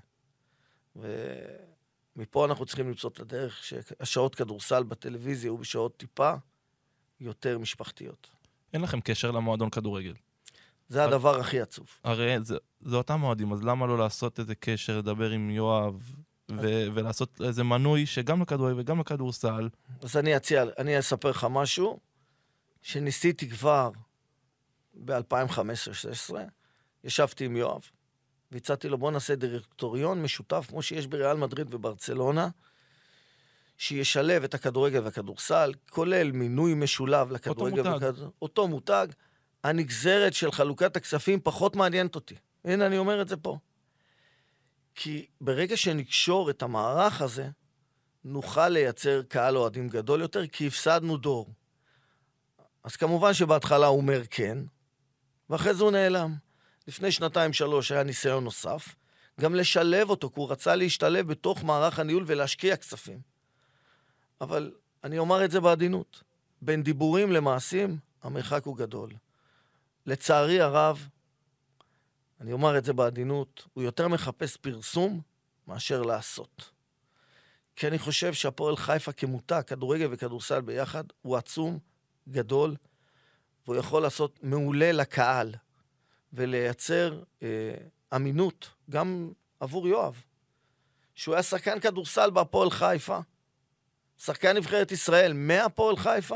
ומפה אנחנו צריכים למצוא את הדרך שהשעות כדורסל בטלוויזיה הוא בשעות טיפה יותר משפחתיות. אין לכם קשר למועדון כדורגל. זה הדבר הכי עצוב. הרי זה, זה אותם מועדים, אז למה לא לעשות איזה קשר, לדבר עם יואב, ו- ולעשות איזה מנוי שגם לכדורגל וגם לכדורסל? אז אני אציע, אני אספר לך משהו, שניסיתי כבר ב-אלפיים וחמש עשרה שש עשרה, ישבתי עם יואב, והצעתי לו, בוא נעשה דירקטוריון משותף, כמו שיש בריאל מדריד וברצלונה, שישלב את הכדורגל והכדורסל, כולל מינוי משולב לכדורגל וכדורסל. אותו מותג. הנגזרת של חלוקת הכספים פחות מעניינת אותי. הנה, אני אומר את זה פה. כי ברגע שנקשור את המערך הזה, נוכל לייצר קהל אוהדים גדול יותר, כי הפסדנו דור. אז כמובן שבהתחלה הוא אומר כן, ואחרי זה הוא נעלם. לפני שנתיים שלוש היה ניסיון נוסף, גם לשלב אותו, כי הוא רצה להשתלב בתוך מערך הניהול ולהשקיע כספים. אבל אני אומר את זה בעדינות. בין דיבורים למעשים, המרחק הוא גדול. לצערי הרב, אני אומר את זה בעדינות, הוא יותר מחפש פרסום מאשר לעשות. כי אני חושב שהפועל חיפה כמותג, כדורגל וכדורסל ביחד, הוא עצום, גדול, והוא יכול לעשות מעולה לקהל, ולייצר אה, אמינות, גם עבור יואב, שהוא היה שחקן כדורסל בהפועל חיפה, שחקן נבחרת ישראל מהפועל חיפה,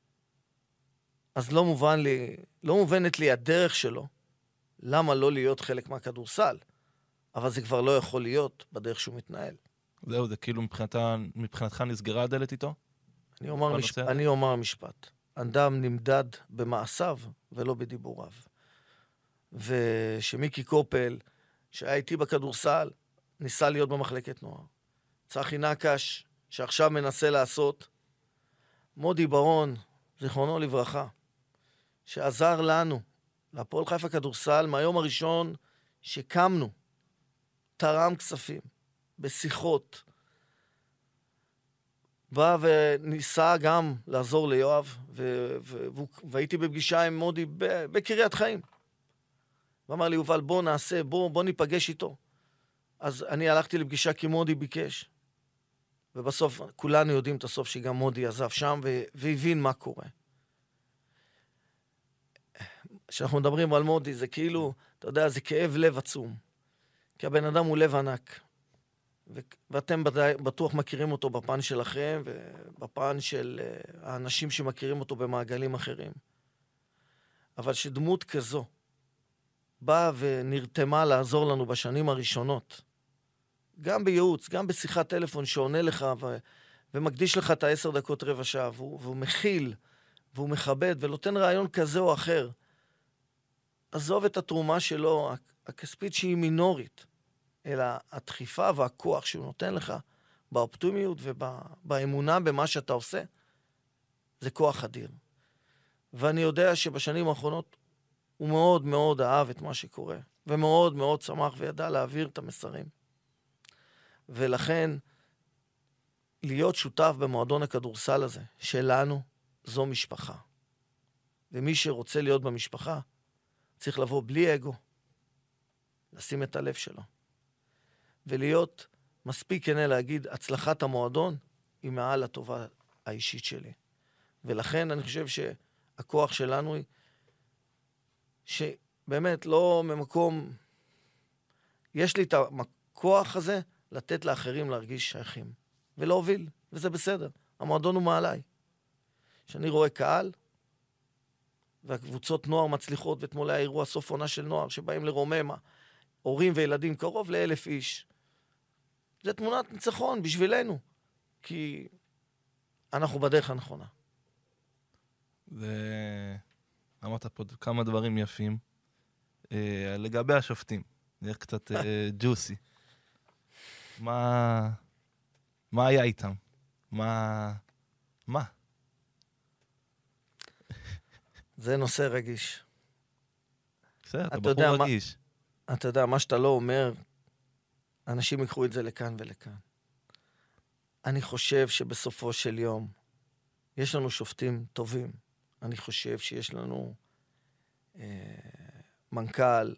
אז לא מובן לי, לא מובנת לי הדרך שלו, למה לא להיות חלק מהכדורסל, אבל זה כבר לא יכול להיות בדרך שהוא מתנהל. זהו, זה כאילו מבחינתה, מבחינתך נסגרה הדלת איתו? אני אומר, משפ... אני אומר משפט. אדם נמדד במעשיו ולא בדיבוריו. ושמיקי קופל, שהיה איתי בכדורסל, ניסה להיות במחלקת נוער. צחי נקש, שעכשיו מנסה לעשות, מודי ברון, זיכרונו לברכה, שעזר לנו, להפועל חיפה כדורסל, מהיום הראשון שקמנו, תרם כספים, בשיחות, בא וניסה גם לעזור ליואב, ו- ו- והייתי בפגישה עם מודי בקריית חיים. ואמר לי, יובל, בוא נעשה, בוא, בוא ניפגש איתו. אז אני הלכתי לפגישה כי מודי ביקש. ובסוף, כולנו יודעים את הסוף שגם מודי עזב שם, ו- והבין מה קורה. כשאנחנו מדברים על מודי, זה כאילו, אתה יודע, זה כאב לב עצום. כי הבן אדם הוא לב ענק. ו- ואתם בטוח מכירים אותו בפן שלכם, ובפן של uh, האנשים שמכירים אותו במעגלים אחרים. אבל שדמות כזו באה ונרתמה לעזור לנו בשנים הראשונות, גם בייעוץ, גם בשיחת טלפון שעונה לך ו- ומקדיש לך את העשר דקות רבע שעה, והוא, והוא מכיל, והוא מכבד, ונותן רעיון כזה או אחר. עזוב את התרומה שלו, הכספית שהיא מינורית, אלא הדחיפה והכוח שהוא נותן לך באופטימיות ובאמונה במה שאתה עושה, זה כוח אדיר. ואני יודע שבשנים האחרונות הוא מאוד מאוד אהב את מה שקורה, ומאוד מאוד שמח וידע להעביר את המסרים. ולכן, להיות שותף במועדון הכדורסל הזה, שלנו, זו משפחה. ומי שרוצה להיות במשפחה, צריך לבוא בלי אגו, לשים את הלב שלו. ולהיות מספיק כנה להגיד, הצלחת המועדון היא מעל הטובה האישית שלי. ולכן אני חושב שהכוח שלנו היא, שבאמת לא ממקום, יש לי את הכוח הזה לתת לאחרים להרגיש שייכים, ולהוביל, וזה בסדר. המועדון הוא מעליי. כשאני רואה קהל, והקבוצות נוער מצליחות, ואתמול היה אירוע סוף עונה של נוער, שבאים לרוממה, הורים וילדים, קרוב לאלף איש. זה תמונת ניצחון בשבילנו, כי אנחנו בדרך הנכונה. ו... אמרת פה כמה דברים יפים. אה, לגבי השופטים, זה קצת אה, ג'וסי. מה... מה היה איתם? מה... מה? זה נושא רגיש. בסדר, אתה בחור רגיש. מה, אתה יודע, מה שאתה לא אומר, אנשים יקחו את זה לכאן ולכאן. אני חושב שבסופו של יום, יש לנו שופטים טובים. אני חושב שיש לנו אה, מנכ"ל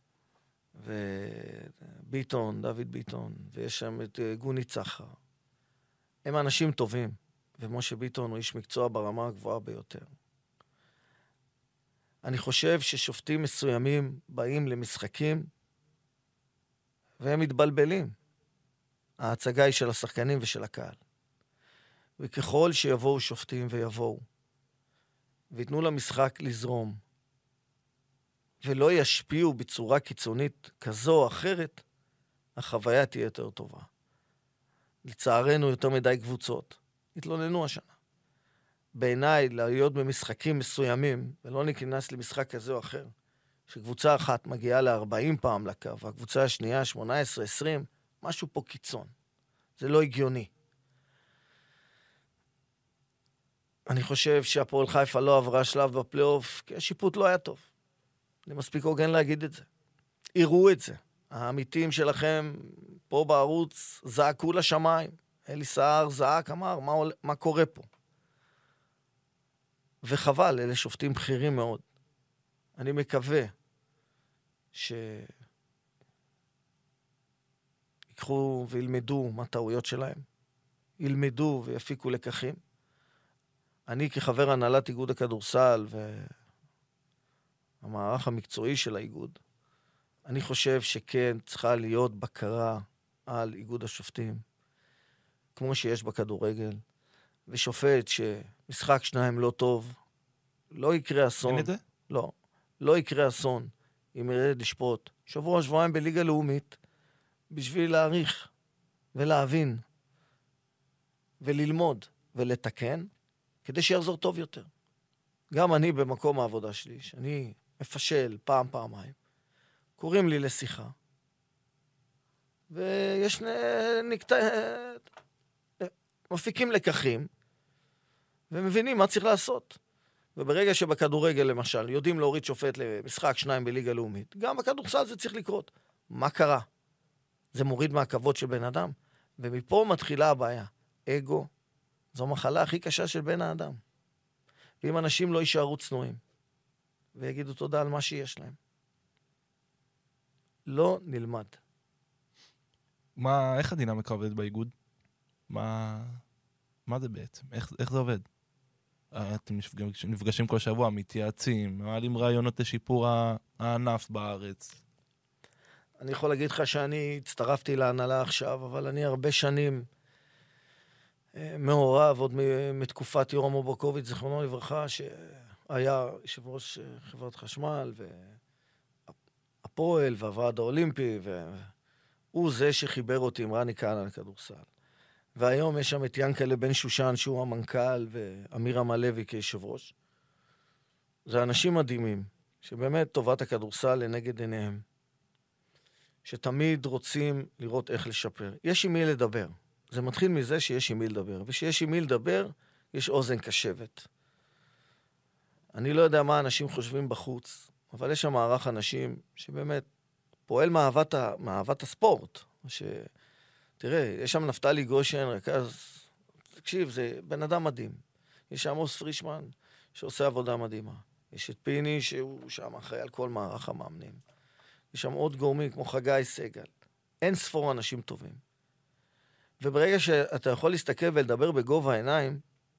וביטון, דוד ביטון, ויש שם את אה, גוני צחר. הם אנשים טובים, ומשה ביטון הוא איש מקצוע ברמה הגבוהה ביותר. אני חושב ששופטים מסוימים באים למשחקים, והם מתבלבלים. ההצגה היא של השחקנים ושל הקהל. וככל שיבואו שופטים ויבואו, ויתנו למשחק לזרום, ולא ישפיעו בצורה קיצונית כזו או אחרת, החוויה תהיה יותר טובה. לצערנו יותר מדי קבוצות התלוננו השנה. בעיניי, להיות במשחקים מסוימים, ולא נכנס למשחק כזה או אחר, שקבוצה אחת מגיעה ל-ארבעים פעם לקו, והקבוצה השנייה, שמונה עשרה עשרים, משהו פה קיצון. זה לא הגיוני. אני חושב שהפועל חיפה לא עברה שלב בפלייאוף, כי השיפוט לא היה טוב. אני מספיק הוגן להגיד את זה. יראו את זה. העמיתים שלכם פה בערוץ זעקו לשמיים. אלי סער זעק, אמר, מה, מה קורה פה? וחבל, אלה שופטים בכירים מאוד. אני מקווה ש... ייקחו וילמדו מה טעויות שלהם, ילמדו ויפיקו לקחים. אני כחבר הנהלת איגוד הכדורסל והמערך המקצועי של האיגוד, אני חושב שכן צריכה להיות בקרה על איגוד השופטים, כמו שיש בכדורגל, ושופט שמשחק שניים לא טוב, לא יקרה אסון. אין את זה? לא, לא יקרה אסון אם ירד לשפוט. שבוע, שבועיים בליגה לאומית, בשביל להעריך ולהבין וללמוד ולתקן, כדי שיחזור טוב יותר. גם אני במקום העבודה שלי, שאני מפשל פעם, פעמיים, קוראים לי לשיחה, ויש נקטע... מפיקים לקחים, ומבינים מה צריך לעשות. וברגע שבכדורגל, למשל, יודעים להוריד שופט למשחק שניים בליגה לאומית, גם בכדורסל זה צריך לקרות. מה קרה? זה מוריד מהכבוד של בן אדם, ומפה מתחילה הבעיה. אגו, זו מחלה הכי קשה של בן האדם. ואם אנשים לא יישארו צנועים, ויגידו תודה על מה שיש להם, לא נלמד. מה, איך הדינמיקה עובדת באיגוד? מה, מה זה בעצם? איך, איך זה עובד? אתם נפגשים כל שבוע, מתייעצים, מעלים רעיונות לשיפור הענף בארץ. אני יכול להגיד לך שאני הצטרפתי להנהלה עכשיו, אבל אני הרבה שנים מעורב, עוד מתקופת יורם אוברקוביץ', זכרונו לברכה, שהיה יושב ראש חברת חשמל, והפועל והוועד האולימפי, והוא זה שחיבר אותי עם רני כהנא לכדורסל. והיום יש שם את ינקלה בן שושן, שהוא המנכ"ל, ואמירם הלוי כיושב ראש. זה אנשים מדהימים, שבאמת טובת הכדורסל לנגד עיניהם. שתמיד רוצים לראות איך לשפר. יש עם מי לדבר. זה מתחיל מזה שיש עם מי לדבר. ושיש עם מי לדבר, יש אוזן קשבת. אני לא יודע מה אנשים חושבים בחוץ, אבל יש שם מערך אנשים שבאמת פועל מאהבת, מאהבת הספורט. ש... תראה, יש שם נפתלי גושן, רכז, תקשיב, זה בן אדם מדהים. יש שם עמוס פרישמן, שעושה עבודה מדהימה. יש את פיני, שהוא שם אחראי על כל מערך המאמנים. יש שם עוד גורמים, כמו חגי סגל. אין ספור אנשים טובים. וברגע שאתה יכול להסתכל ולדבר בגובה העיניים,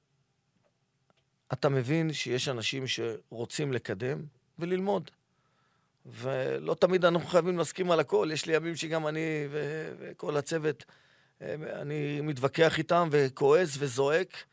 אתה מבין שיש אנשים שרוצים לקדם וללמוד. ולא תמיד אנחנו חייבים להסכים על הכל. יש לי ימים שגם אני ו- וכל הצוות, אני מתווכח איתם וכועס וזועק,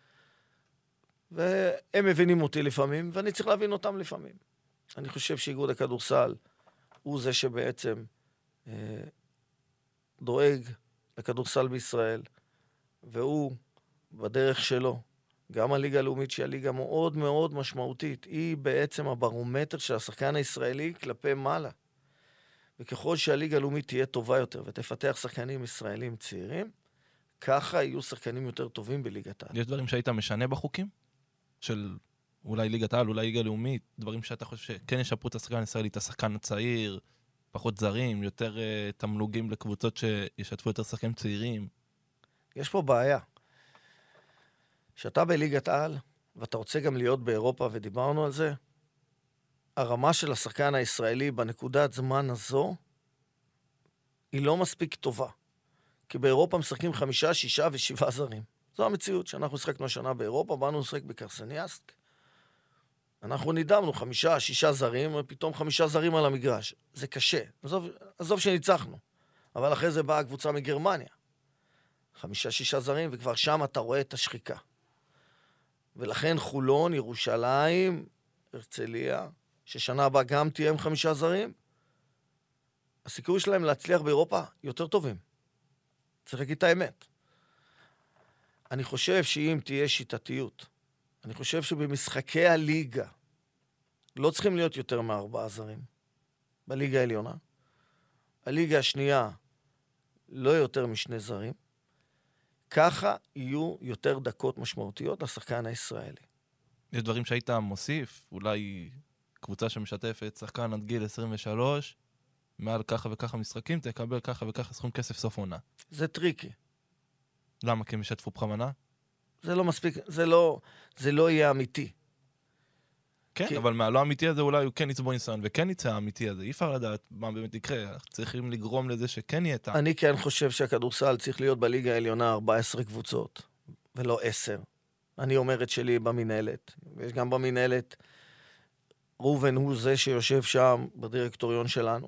והם מבינים אותי לפעמים, ואני צריך להבין אותם לפעמים. אני חושב שאיגוד הכדורסל הוא זה שבעצם אה, דואג לכדורסל בישראל, והוא בדרך שלו, גם הליגה הלאומית שהיא הליגה מאוד מאוד משמעותית, היא בעצם הברומטר של השחקן הישראלי כלפי מעלה. וככל שהליגה הלאומית תהיה טובה יותר ותפתח שחקנים ישראלים צעירים, ככה יהיו שחקנים יותר טובים בליגת העל. יש דברים שהיית משנה בחוקים? של אולי ליגת העל, אולי ליגה לאומית, דברים שאתה חושב שכן ישפרו את השחקן הישראלי, את השחקן הצעיר, פחות זרים, יותר uh, תמלוגים לקבוצות שישתפו יותר שחקנים צעירים. יש פה בעיה. שאתה בליגת העל, ואתה רוצה גם להיות באירופה, ודיברנו על זה, הרמה של השחקן הישראלי בנקודת זמן הזו, היא לא מספיק טובה. כי באירופה משחקים חמישה, שישה ושבעה זרים. זו המציאות שאנחנו שחקנו השנה באירופה, באנו לשחק בקרסניאסק. אנחנו נדמנו חמישה, שישה זרים, ופתאום חמישה זרים על המגרש. זה קשה. עזוב, עזוב שניצחנו. אבל אחרי זה באה הקבוצה מגרמניה. חמישה, שישה זרים, וכבר שם אתה רואה את השחיקה. ולכן חולון, ירושלים, הרצליה, ששנה הבאה גם תהיה עם חמישה זרים, הסיכוי שלהם להצליח באירופה יותר טובים. צריך להגיד את האמת. אני חושב שאם תהיה שיטתיות, אני חושב שבמשחקי הליגה לא צריכים להיות יותר מארבעה זרים. בליגה העליונה. הליגה השנייה לא יותר משני זרים. ככה יהיו יותר דקות משמעותיות לשחקן הישראלי. יש דברים שהיית מוסיף, אולי קבוצה שמשתפת, שחקן עד גיל עשרים ושלוש, מעל ככה וככה משחקים, תקבל ככה וככה סכום כסף סוף עונה. זה טריקי. למה? כי הם ישתפו בכוונה? זה לא מספיק, זה לא, זה לא יהיה אמיתי. כן, כי... אבל מהלא האמיתי הזה אולי הוא כן יצבור ניסיון, וכן יצא האמיתי הזה. אי אפשר לדעת מה באמת יקרה. צריכים לגרום לזה שכן יהיה טעם. אני כן חושב שהכדורסל צריך להיות בליגה העליונה ארבע עשרה קבוצות, ולא עשר. אני אומר את שלי במנהלת. ויש גם במנהלת, רובן הוא זה שיושב שם בדירקטוריון שלנו,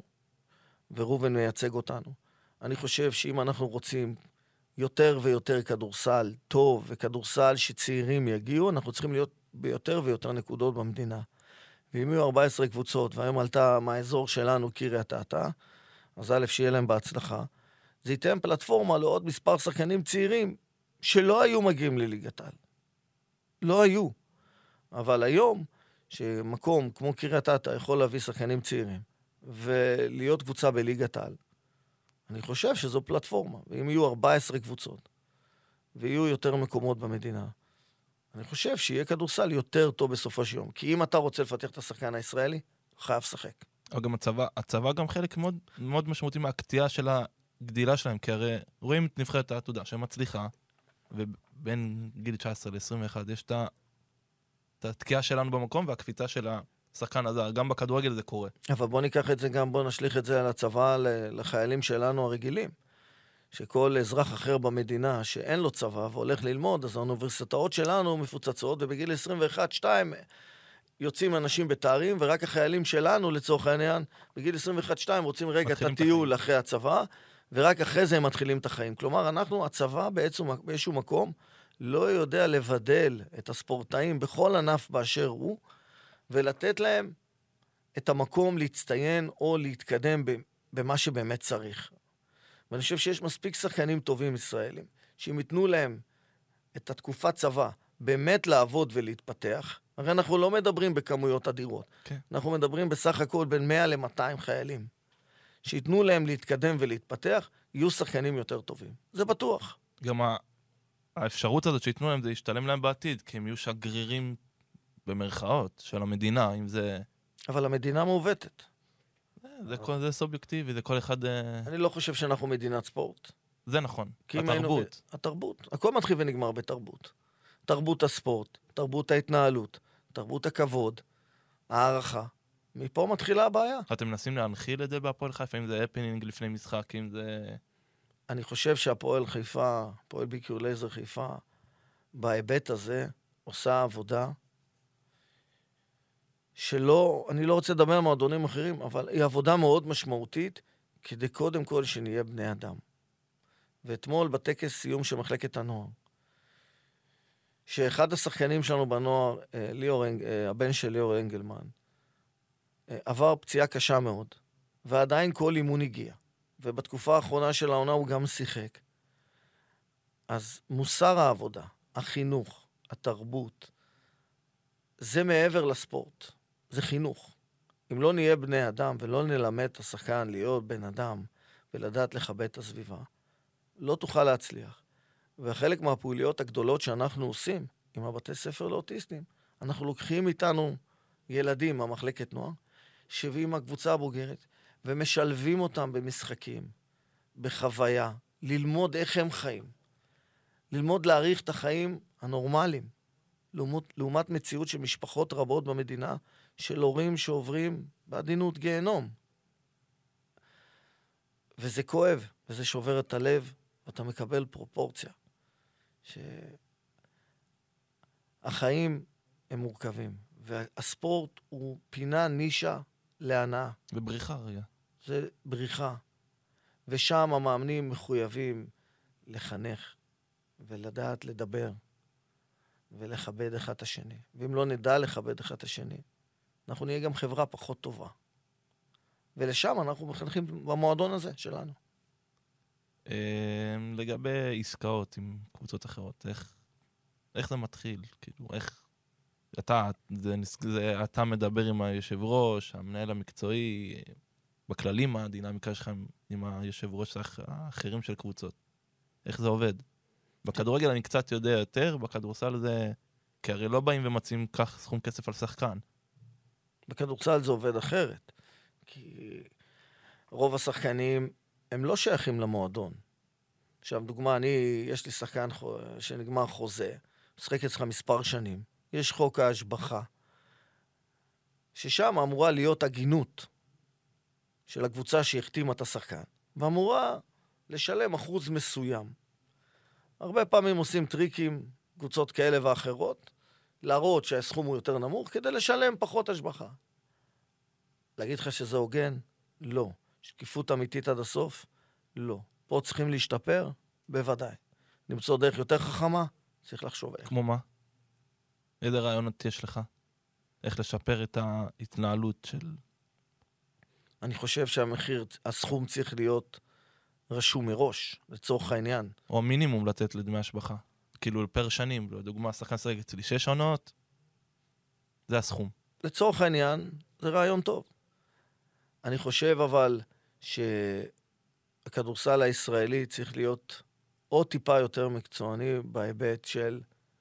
ורובן מייצג אותנו. אני חושב שאם אנחנו רוצים יותר ויותר כדורסל טוב, וכדורסל שצעירים יגיעו, אנחנו צריכים להיות ביותר ויותר נקודות במדינה. ואם יהיו ארבע עשרה קבוצות, והיום עלתה מהאזור שלנו, קריית אתא, אז א', שיהיה להם בהצלחה. זה ייתן פלטפורמה לעוד מספר שחקנים צעירים, שלא היו מגיעים לליגת העל. לא היו. אבל היום, שמקום כמו קריית אתא יכול להביא שחקנים צעירים, ולהיות קבוצה בליגת העל, אני חושב שזו פלטפורמה. ואם יהיו ארבע עשרה קבוצות, ויהיו יותר מקומות במדינה, אני חושב שיהיה כדורסל יותר טוב בסופו של יום. כי אם אתה רוצה לפתח את השחקן הישראלי, חייב לשחק. אבל גם הצבא, הצבא גם חלק מאוד, מאוד משמעותי מהקטיעה של הגדילה שלהם, כי הרי רואים את נבחרת העתודה שמצליחה, ובין גיל תשע עשרה ל-עשרים ואחת יש את התקיעה שלנו במקום, והקפיצה של השחקן הזה, גם בכדורגל זה קורה. אבל בוא ניקח את זה גם, בוא נשליך את זה על הצבא לחיילים שלנו הרגילים. שכל אזרח אחר במדינה שאין לו צבא והולך ללמוד, אז האוניברסיטאות שלנו מפוצצות, ובגיל עשרים ואחת שתיים יוצאים אנשים בתארים, ורק החיילים שלנו, לצורך העניין, בגיל עשרים ואחת שתיים רוצים רגע את הטיול אחרי הצבא, ורק אחרי זה הם מתחילים את החיים. כלומר, אנחנו, הצבא בעצם, באיזשהו מקום, לא יודע לבדל את הספורטאים בכל ענף באשר הוא, ולתת להם את המקום להצטיין או להתקדם במה שבאמת צריך. ואני חושב שיש מספיק שחקנים טובים ישראלים, שאם ייתנו להם את התקופת צבא באמת לעבוד ולהתפתח, הרי אנחנו לא מדברים בכמויות אדירות. Okay. אנחנו מדברים בסך הכל בין מאה למאתיים חיילים. שייתנו להם להתקדם ולהתפתח, יהיו שחקנים יותר טובים. זה בטוח. גם האפשרות הזאת שייתנו להם זה ישתלם להם בעתיד, כי הם יהיו שגרירים במרכאות של המדינה, אם זה... אבל המדינה מעוותת. זה, כל, זה סובייקטיבי, זה כל אחד... אני לא חושב שאנחנו מדינת ספורט. זה נכון, התרבות. ב... התרבות. הכל מתחיל ונגמר בתרבות. תרבות הספורט, תרבות ההתנהלות, תרבות הכבוד, הערכה. מפה מתחילה הבעיה. אתם מנסים להנחיל את זה בהפועל חיפה, אם זה הפנינג לפני משחק, אם זה... אני חושב שהפועל חיפה, הפועל ביקיור לייזר חיפה, בהיבט הזה עושה עבודה שלא, אני לא רוצה לדבר על מועדונים אחרים, אבל היא עבודה מאוד משמעותית, כדי קודם כל שנהיה בני אדם. ואתמול בטקס סיום של מחלקת הנוער, שאחד השחקנים שלנו בנוער, ליאור, הבן של ליאור אנגלמן, עבר פציעה קשה מאוד, ועדיין כל אימון הגיע. ובתקופה האחרונה של העונה הוא גם שיחק. אז מוסר העבודה, החינוך, התרבות, זה מעבר לספורט. זה חינוך. אם לא נהיה בני אדם ולא נלמד את השחקן להיות בן אדם ולדעת לכבד את הסביבה, לא תוכל להצליח. וחלק מהפעילויות הגדולות שאנחנו עושים עם הבתי ספר לאוטיסטים, אנחנו לוקחים איתנו ילדים מהמחלקת נוער, שווים הקבוצה הבוגרת, ומשלבים אותם במשחקים, בחוויה, ללמוד איך הם חיים. ללמוד להעריך את החיים הנורמליים, לעומת, לעומת מציאות של משפחות רבות במדינה, של הורים שעוברים בעדינות גיהנום. וזה כואב, וזה שובר את הלב, ואתה מקבל פרופורציה. שהחיים הם מורכבים, והספורט הוא פינה נישה להנאה. ובריחה רגע. זה בריחה. ושם המאמנים מחויבים לחנך, ולדעת לדבר, ולכבד אחד את השני. ואם לא נדע לכבד אחד את השני, אנחנו נהיה גם חברה פחות טובה. ולשם אנחנו מחנכים במועדון הזה שלנו. לגבי עסקאות עם קבוצות אחרות, איך, איך זה מתחיל? כאילו, איך... אתה, זה, זה, אתה מדבר עם היושב ראש, המנהל המקצועי, בכללים הדינמיקה שלך עם היושב ראש האחרים של קבוצות. איך זה עובד? בכדורגל אני קצת יודע יותר, בכדורסל זה... כי הרי לא באים ומציעים כך סכום כסף על שחקן. בכדורסל זה עובד אחרת. כי רוב השחקנים הם לא שייכים למועדון. עכשיו, דוגמה, אני, יש לי שחקן שנגמר חוזה, משחק אצלך מספר שנים, יש חוק ההשבחה, ששם אמורה להיות הגינות של הקבוצה שהחתימה את השחקן, ואמורה לשלם אחוז מסוים. הרבה פעמים עושים טריקים, קבוצות כאלה ואחרות, להראות שהסכום הוא יותר נמוך, כדי לשלם פחות השבחה. להגיד לך שזה הוגן? לא. שקיפות אמיתית עד הסוף? לא. פה צריכים להשתפר? בוודאי. למצוא דרך יותר חכמה? צריך לחשוב עליה. כמו מה? איזה רעיונות יש לך? איך לשפר את ההתנהלות של... אני חושב שהמחיר, הסכום צריך להיות רשום מראש, לצורך העניין. או מינימום לתת לדמי השבחה. כאילו פר שנים, לדוגמה, שחקן שחק אצלי שש עונות, זה הסכום. לצורך העניין, זה רעיון טוב. אני חושב אבל שהכדורסל הישראלי צריך להיות עוד טיפה יותר מקצועני בהיבט של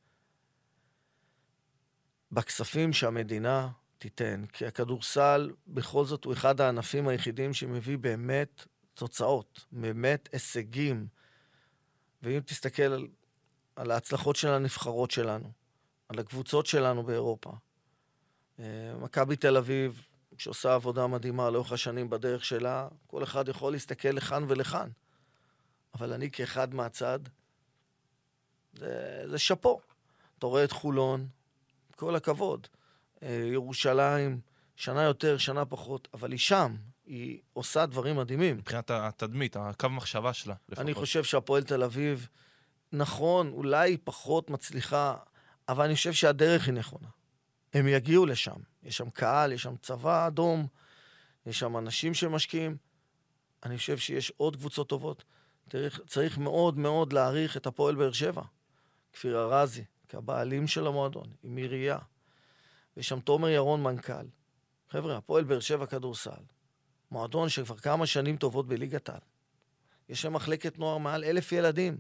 בכספים שהמדינה תיתן, כי הכדורסל בכל זאת הוא אחד הענפים היחידים שמביא באמת תוצאות, באמת הישגים. ואם תסתכל על, על ההצלחות של הנבחרות שלנו, על הקבוצות שלנו באירופה, מכבי תל אביב, שעושה עבודה מדהימה לאורך השנים בדרך שלה, כל אחד יכול להסתכל לכאן ולכאן. אבל אני כאחד מהצד, זה, זה שפו. אתה רואה את חולון, כל הכבוד. ירושלים, שנה יותר, שנה פחות, אבל היא שם, היא עושה דברים מדהימים. מבחינת התדמית, הקו מחשבה שלה. לפחות. אני חושב שהפועל תל אביב, נכון, אולי היא פחות מצליחה, אבל אני חושב שהדרך היא נכונה. הם יגיעו לשם. יש שם קהל, יש שם צבא אדום, יש שם אנשים שמשקיעים. אני חושב שיש עוד קבוצות טובות. צריך, צריך מאוד מאוד להעריך את הפועל באר שבע. כפיר ארזי, כבעלים של המועדון, עם עירייה. ויש שם תומר ירון מנכ"ל. חבר'ה, הפועל באר שבע כדורסל. מועדון שכבר כמה שנים טובות בליגת העל. יש שם מחלקת נוער מעל אלף ילדים.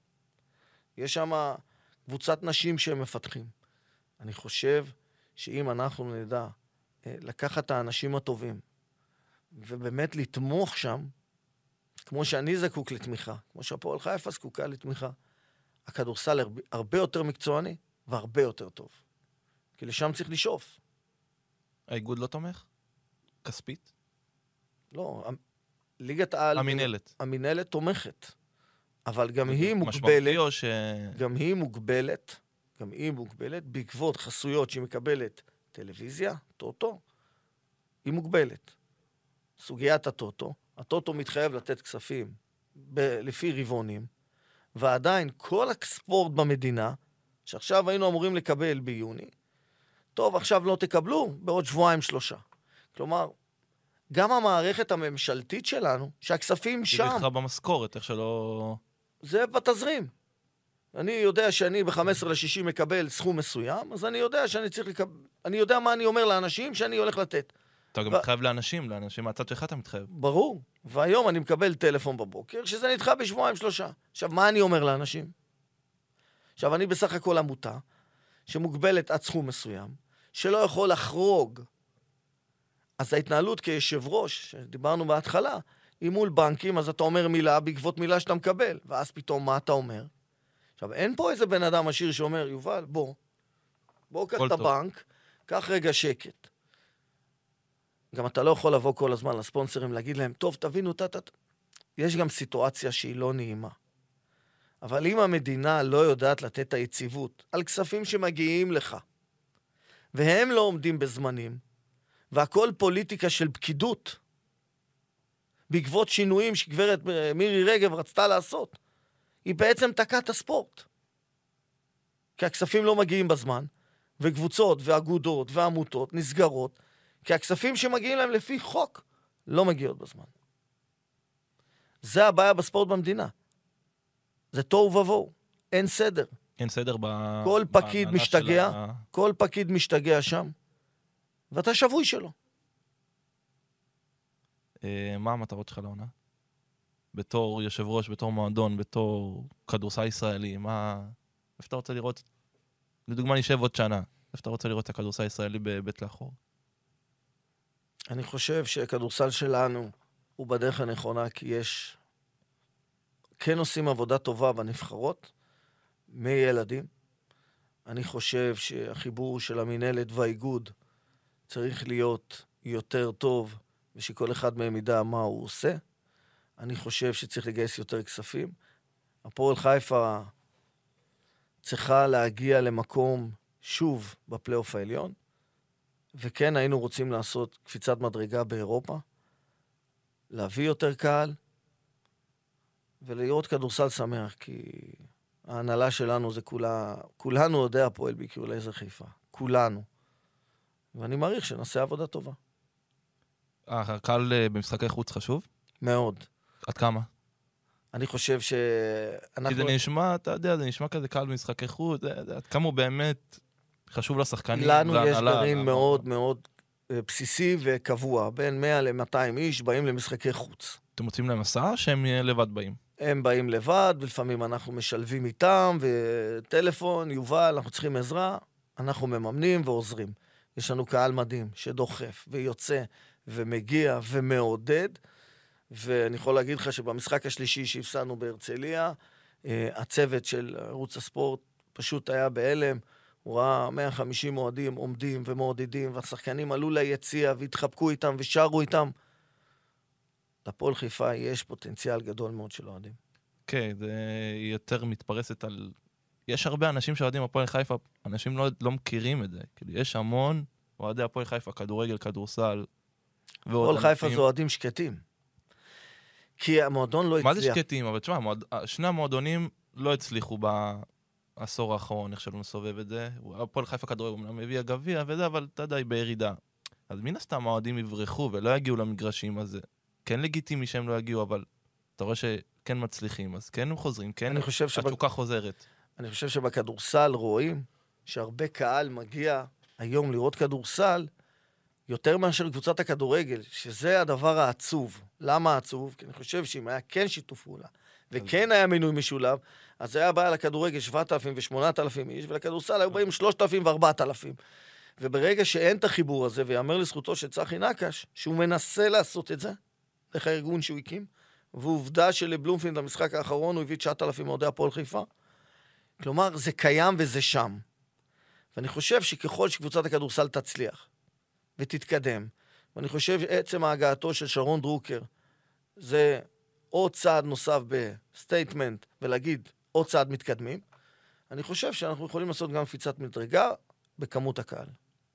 יש שם קבוצת נשים שהם מפתחים. אני חושב שאם אנחנו נדע לקחת את האנשים הטובים, ובאמת לתמוך שם, כמו שאני זקוק לתמיכה, כמו שהפועל חיפה זקוקה לתמיכה, הכדורסל הרבה, הרבה יותר מקצועני והרבה יותר טוב. כי לשם צריך לשאוף. האיגוד לא תומך? כספית? לא, ליגת העל... המינהלת. המינהלת תומכת. אבל גם היא מוגבלת... משמעותי או ש... גם היא מוגבלת, גם היא מוגבלת, בעקבות חסויות שהיא מקבלת טלוויזיה, טוטו, היא מוגבלת. סוגיית הטוטו, הטוטו מתחייב לתת כספים ב- לפי רבעונים, ועדיין כל הספורט במדינה, שעכשיו היינו אמורים לקבל ביוני, טוב, עכשיו לא תקבלו, בעוד שבועיים שלושה. כלומר, גם המערכת הממשלתית שלנו, שהכספים שם... תראי לך במשכורת, איך שלא... זה בתזרים. אני יודע שאני ב-חמישה עשר לשישי מקבל סכום מסוים, אז אני יודע שאני צריך לקבל... אני יודע מה אני אומר לאנשים שאני הולך לתת. אתה גם ו... מתחייב לאנשים, לאנשים מהצד שלך אתה מתחייב. ברור. והיום אני מקבל טלפון בבוקר, שזה נדחה בשבועיים שלושה. עכשיו, מה אני אומר לאנשים? עכשיו, אני בסך הכל עמותה, שמוגבלת עד סכום מסוים, שלא יכול לחרוג. אז ההתנהלות כיושב ראש, שדיברנו בהתחלה, היא מול בנקים, אז אתה אומר מילה בעקבות מילה שאתה מקבל, ואז פתאום מה אתה אומר? עכשיו, אין פה איזה בן אדם עשיר שאומר, יובל, בוא, בוא קח את הבנק, קח רגע שקט. גם אתה לא יכול לבוא כל הזמן לספונסרים, להגיד להם, טוב, תבינו, תת, יש גם סיטואציה שהיא לא נעימה. אבל אם המדינה לא יודעת לתת את היציבות על כספים שמגיעים לך, והם לא עומדים בזמנים, והכל פוליטיקה של פקידות, בעקבות שינויים שגברת מירי רגב רצתה לעשות, היא בעצם תקעת הספורט. כי הכספים לא מגיעים בזמן, וקבוצות ואגודות ועמותות נסגרות, כי הכספים שמגיעים להם לפי חוק לא מגיעות בזמן. זה הבעיה בספורט במדינה. זה תוהו ובוהו, אין סדר. אין סדר ב... כל פקיד משתגע, ה... כל פקיד משתגע שם, ואתה שבוי שלו. אה, מה המטרות שלך לעונה? בתור יושב ראש, בתור מועדון, בתור כדורסל ישראלי, מה... איפה אתה רוצה לראות? לדוגמה, נשב עוד שנה. איפה אתה רוצה לראות את הכדורסל הישראלי בבית לאחור? אני חושב שהכדורסל שלנו הוא בדרך הנכונה, כי יש... כן עושים עבודה טובה בנבחרות, מילדים. אני חושב שהחיבור של המנהלת והאיגוד צריך להיות יותר טוב, ושכל אחד מהם ידע מה הוא עושה. אני חושב שצריך לגייס יותר כספים. הפועל חיפה צריכה להגיע למקום שוב בפלייאוף העליון, וכן היינו רוצים לעשות קפיצת מדרגה באירופה, להביא יותר קהל, ולראות כדורסל שמח, כי ההנהלה שלנו זה כולה, כולנו יודעי הפועל ביקרו לעזר חיפה. כולנו. ואני מעריך שנעשה עבודה טובה. הקהל במשחקי חוץ חשוב? מאוד. עד כמה? אני חושב שאנחנו... כי זה נשמע, אתה יודע, זה נשמע כזה קהל במשחקי חוץ, עד כמה הוא באמת חשוב לשחקנים. לנו יש גרעין מאוד מאוד בסיסי וקבוע, בין מאה ל-מאתיים איש באים למשחקי חוץ. אתם מוצאים להם מסע שהם לבד באים? הם באים לבד, ולפעמים אנחנו משלבים איתם, וטלפון, יובל, אנחנו צריכים עזרה, אנחנו מממנים ועוזרים. יש לנו קהל מדהים שדוחף ויוצא ומגיע ומעודד, ואני יכול להגיד לך שבמשחק השלישי שהפסדנו בהרצליה, הצוות של ערוץ הספורט פשוט היה בהלם, הוא ראה מאה וחמישים אוהדים עומדים ומעודדים, והשחקנים עלו ליציע והתחבקו איתם ושרו איתם. לפועל חיפה יש פוטנציאל גדול מאוד של אוהדים. כן, זה יותר מתפרסת על... יש הרבה אנשים שאוהדים הפועל חיפה, אנשים לא, לא מכירים את זה. כאילו, יש המון אוהדי הפועל חיפה, כדורגל, כדורסל, הפועל חיפה זה אוהדים שקטים. כי המועדון לא הצליח. מה זה שקטים? אבל תשמע, מועד... שני המועדונים לא הצליחו בעשור האחרון, איך שלא מסובב את זה. הפועל חיפה כדורגל אומנם הביא הגביע וזה, אבל אתה יודע, היא בירידה. אז מן הסתם האוהדים יברחו ולא יגיעו למגרשים, אז כן לגיטימי שהם לא יגיעו, אבל אתה רואה שכן מצליחים, אז כן הם חוזרים, כן התשוקה חוזרת. אני חושב שבכדורסל רואים שהרבה קהל מגיע היום לראות כדורסל, יותר מאשר קבוצת הכדורגל, שזה הדבר העצוב. למה העצוב? כי אני חושב שאם היה כן שיתוף פעולה, וכן היה מינוי משולב, אז היה בא לכדורגל שבעת אלפים ושמונת אלפים איש, ולכדורסל היו באים שלושת אלפים וארבעת אלפים. וברגע שאין את החיבור הזה, ויאמר לזכותו של צחי נקש, שהוא מנסה לעשות את זה, דרך הארגון שהוא הקים, ועובדה שלבלומפילד במשחק האחרון הוא הביא תשעת אלפים אוהדי הפועל חיפה. כלומר, זה קיים וזה שם. ואני חושב שככל שקבוצת הכדורסל תצליח ותתקדם, ואני חושב שעצם ההגעתו של שרון דרוקר זה עוד צעד נוסף בסטייטמנט, ולהגיד עוד צעד מתקדמים, אני חושב שאנחנו יכולים לעשות גם קפיצת מדרגה בכמות הקהל.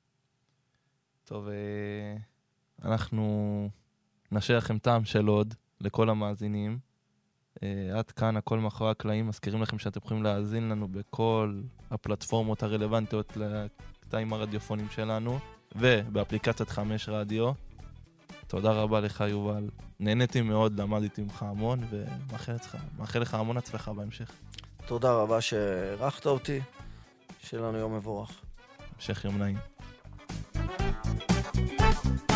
טוב, אנחנו נשאיר לכם טעם של עוד לכל המאזינים. עד כאן הכל מאחורי הקלעים. מזכירים לכם שאתם יכולים להאזין לנו בכל הפלטפורמות הרלוונטיות לקטעים הרדיופונים שלנו, ובאפליקציית חמש רדיו. תודה רבה לך יובל. נהניתי מאוד, למדתי ממך המון, ומאחל לך המון הצלחה בהמשך. תודה רבה שערכת אותי. שיהיה לנו יום מבורך. המשך יום נעים.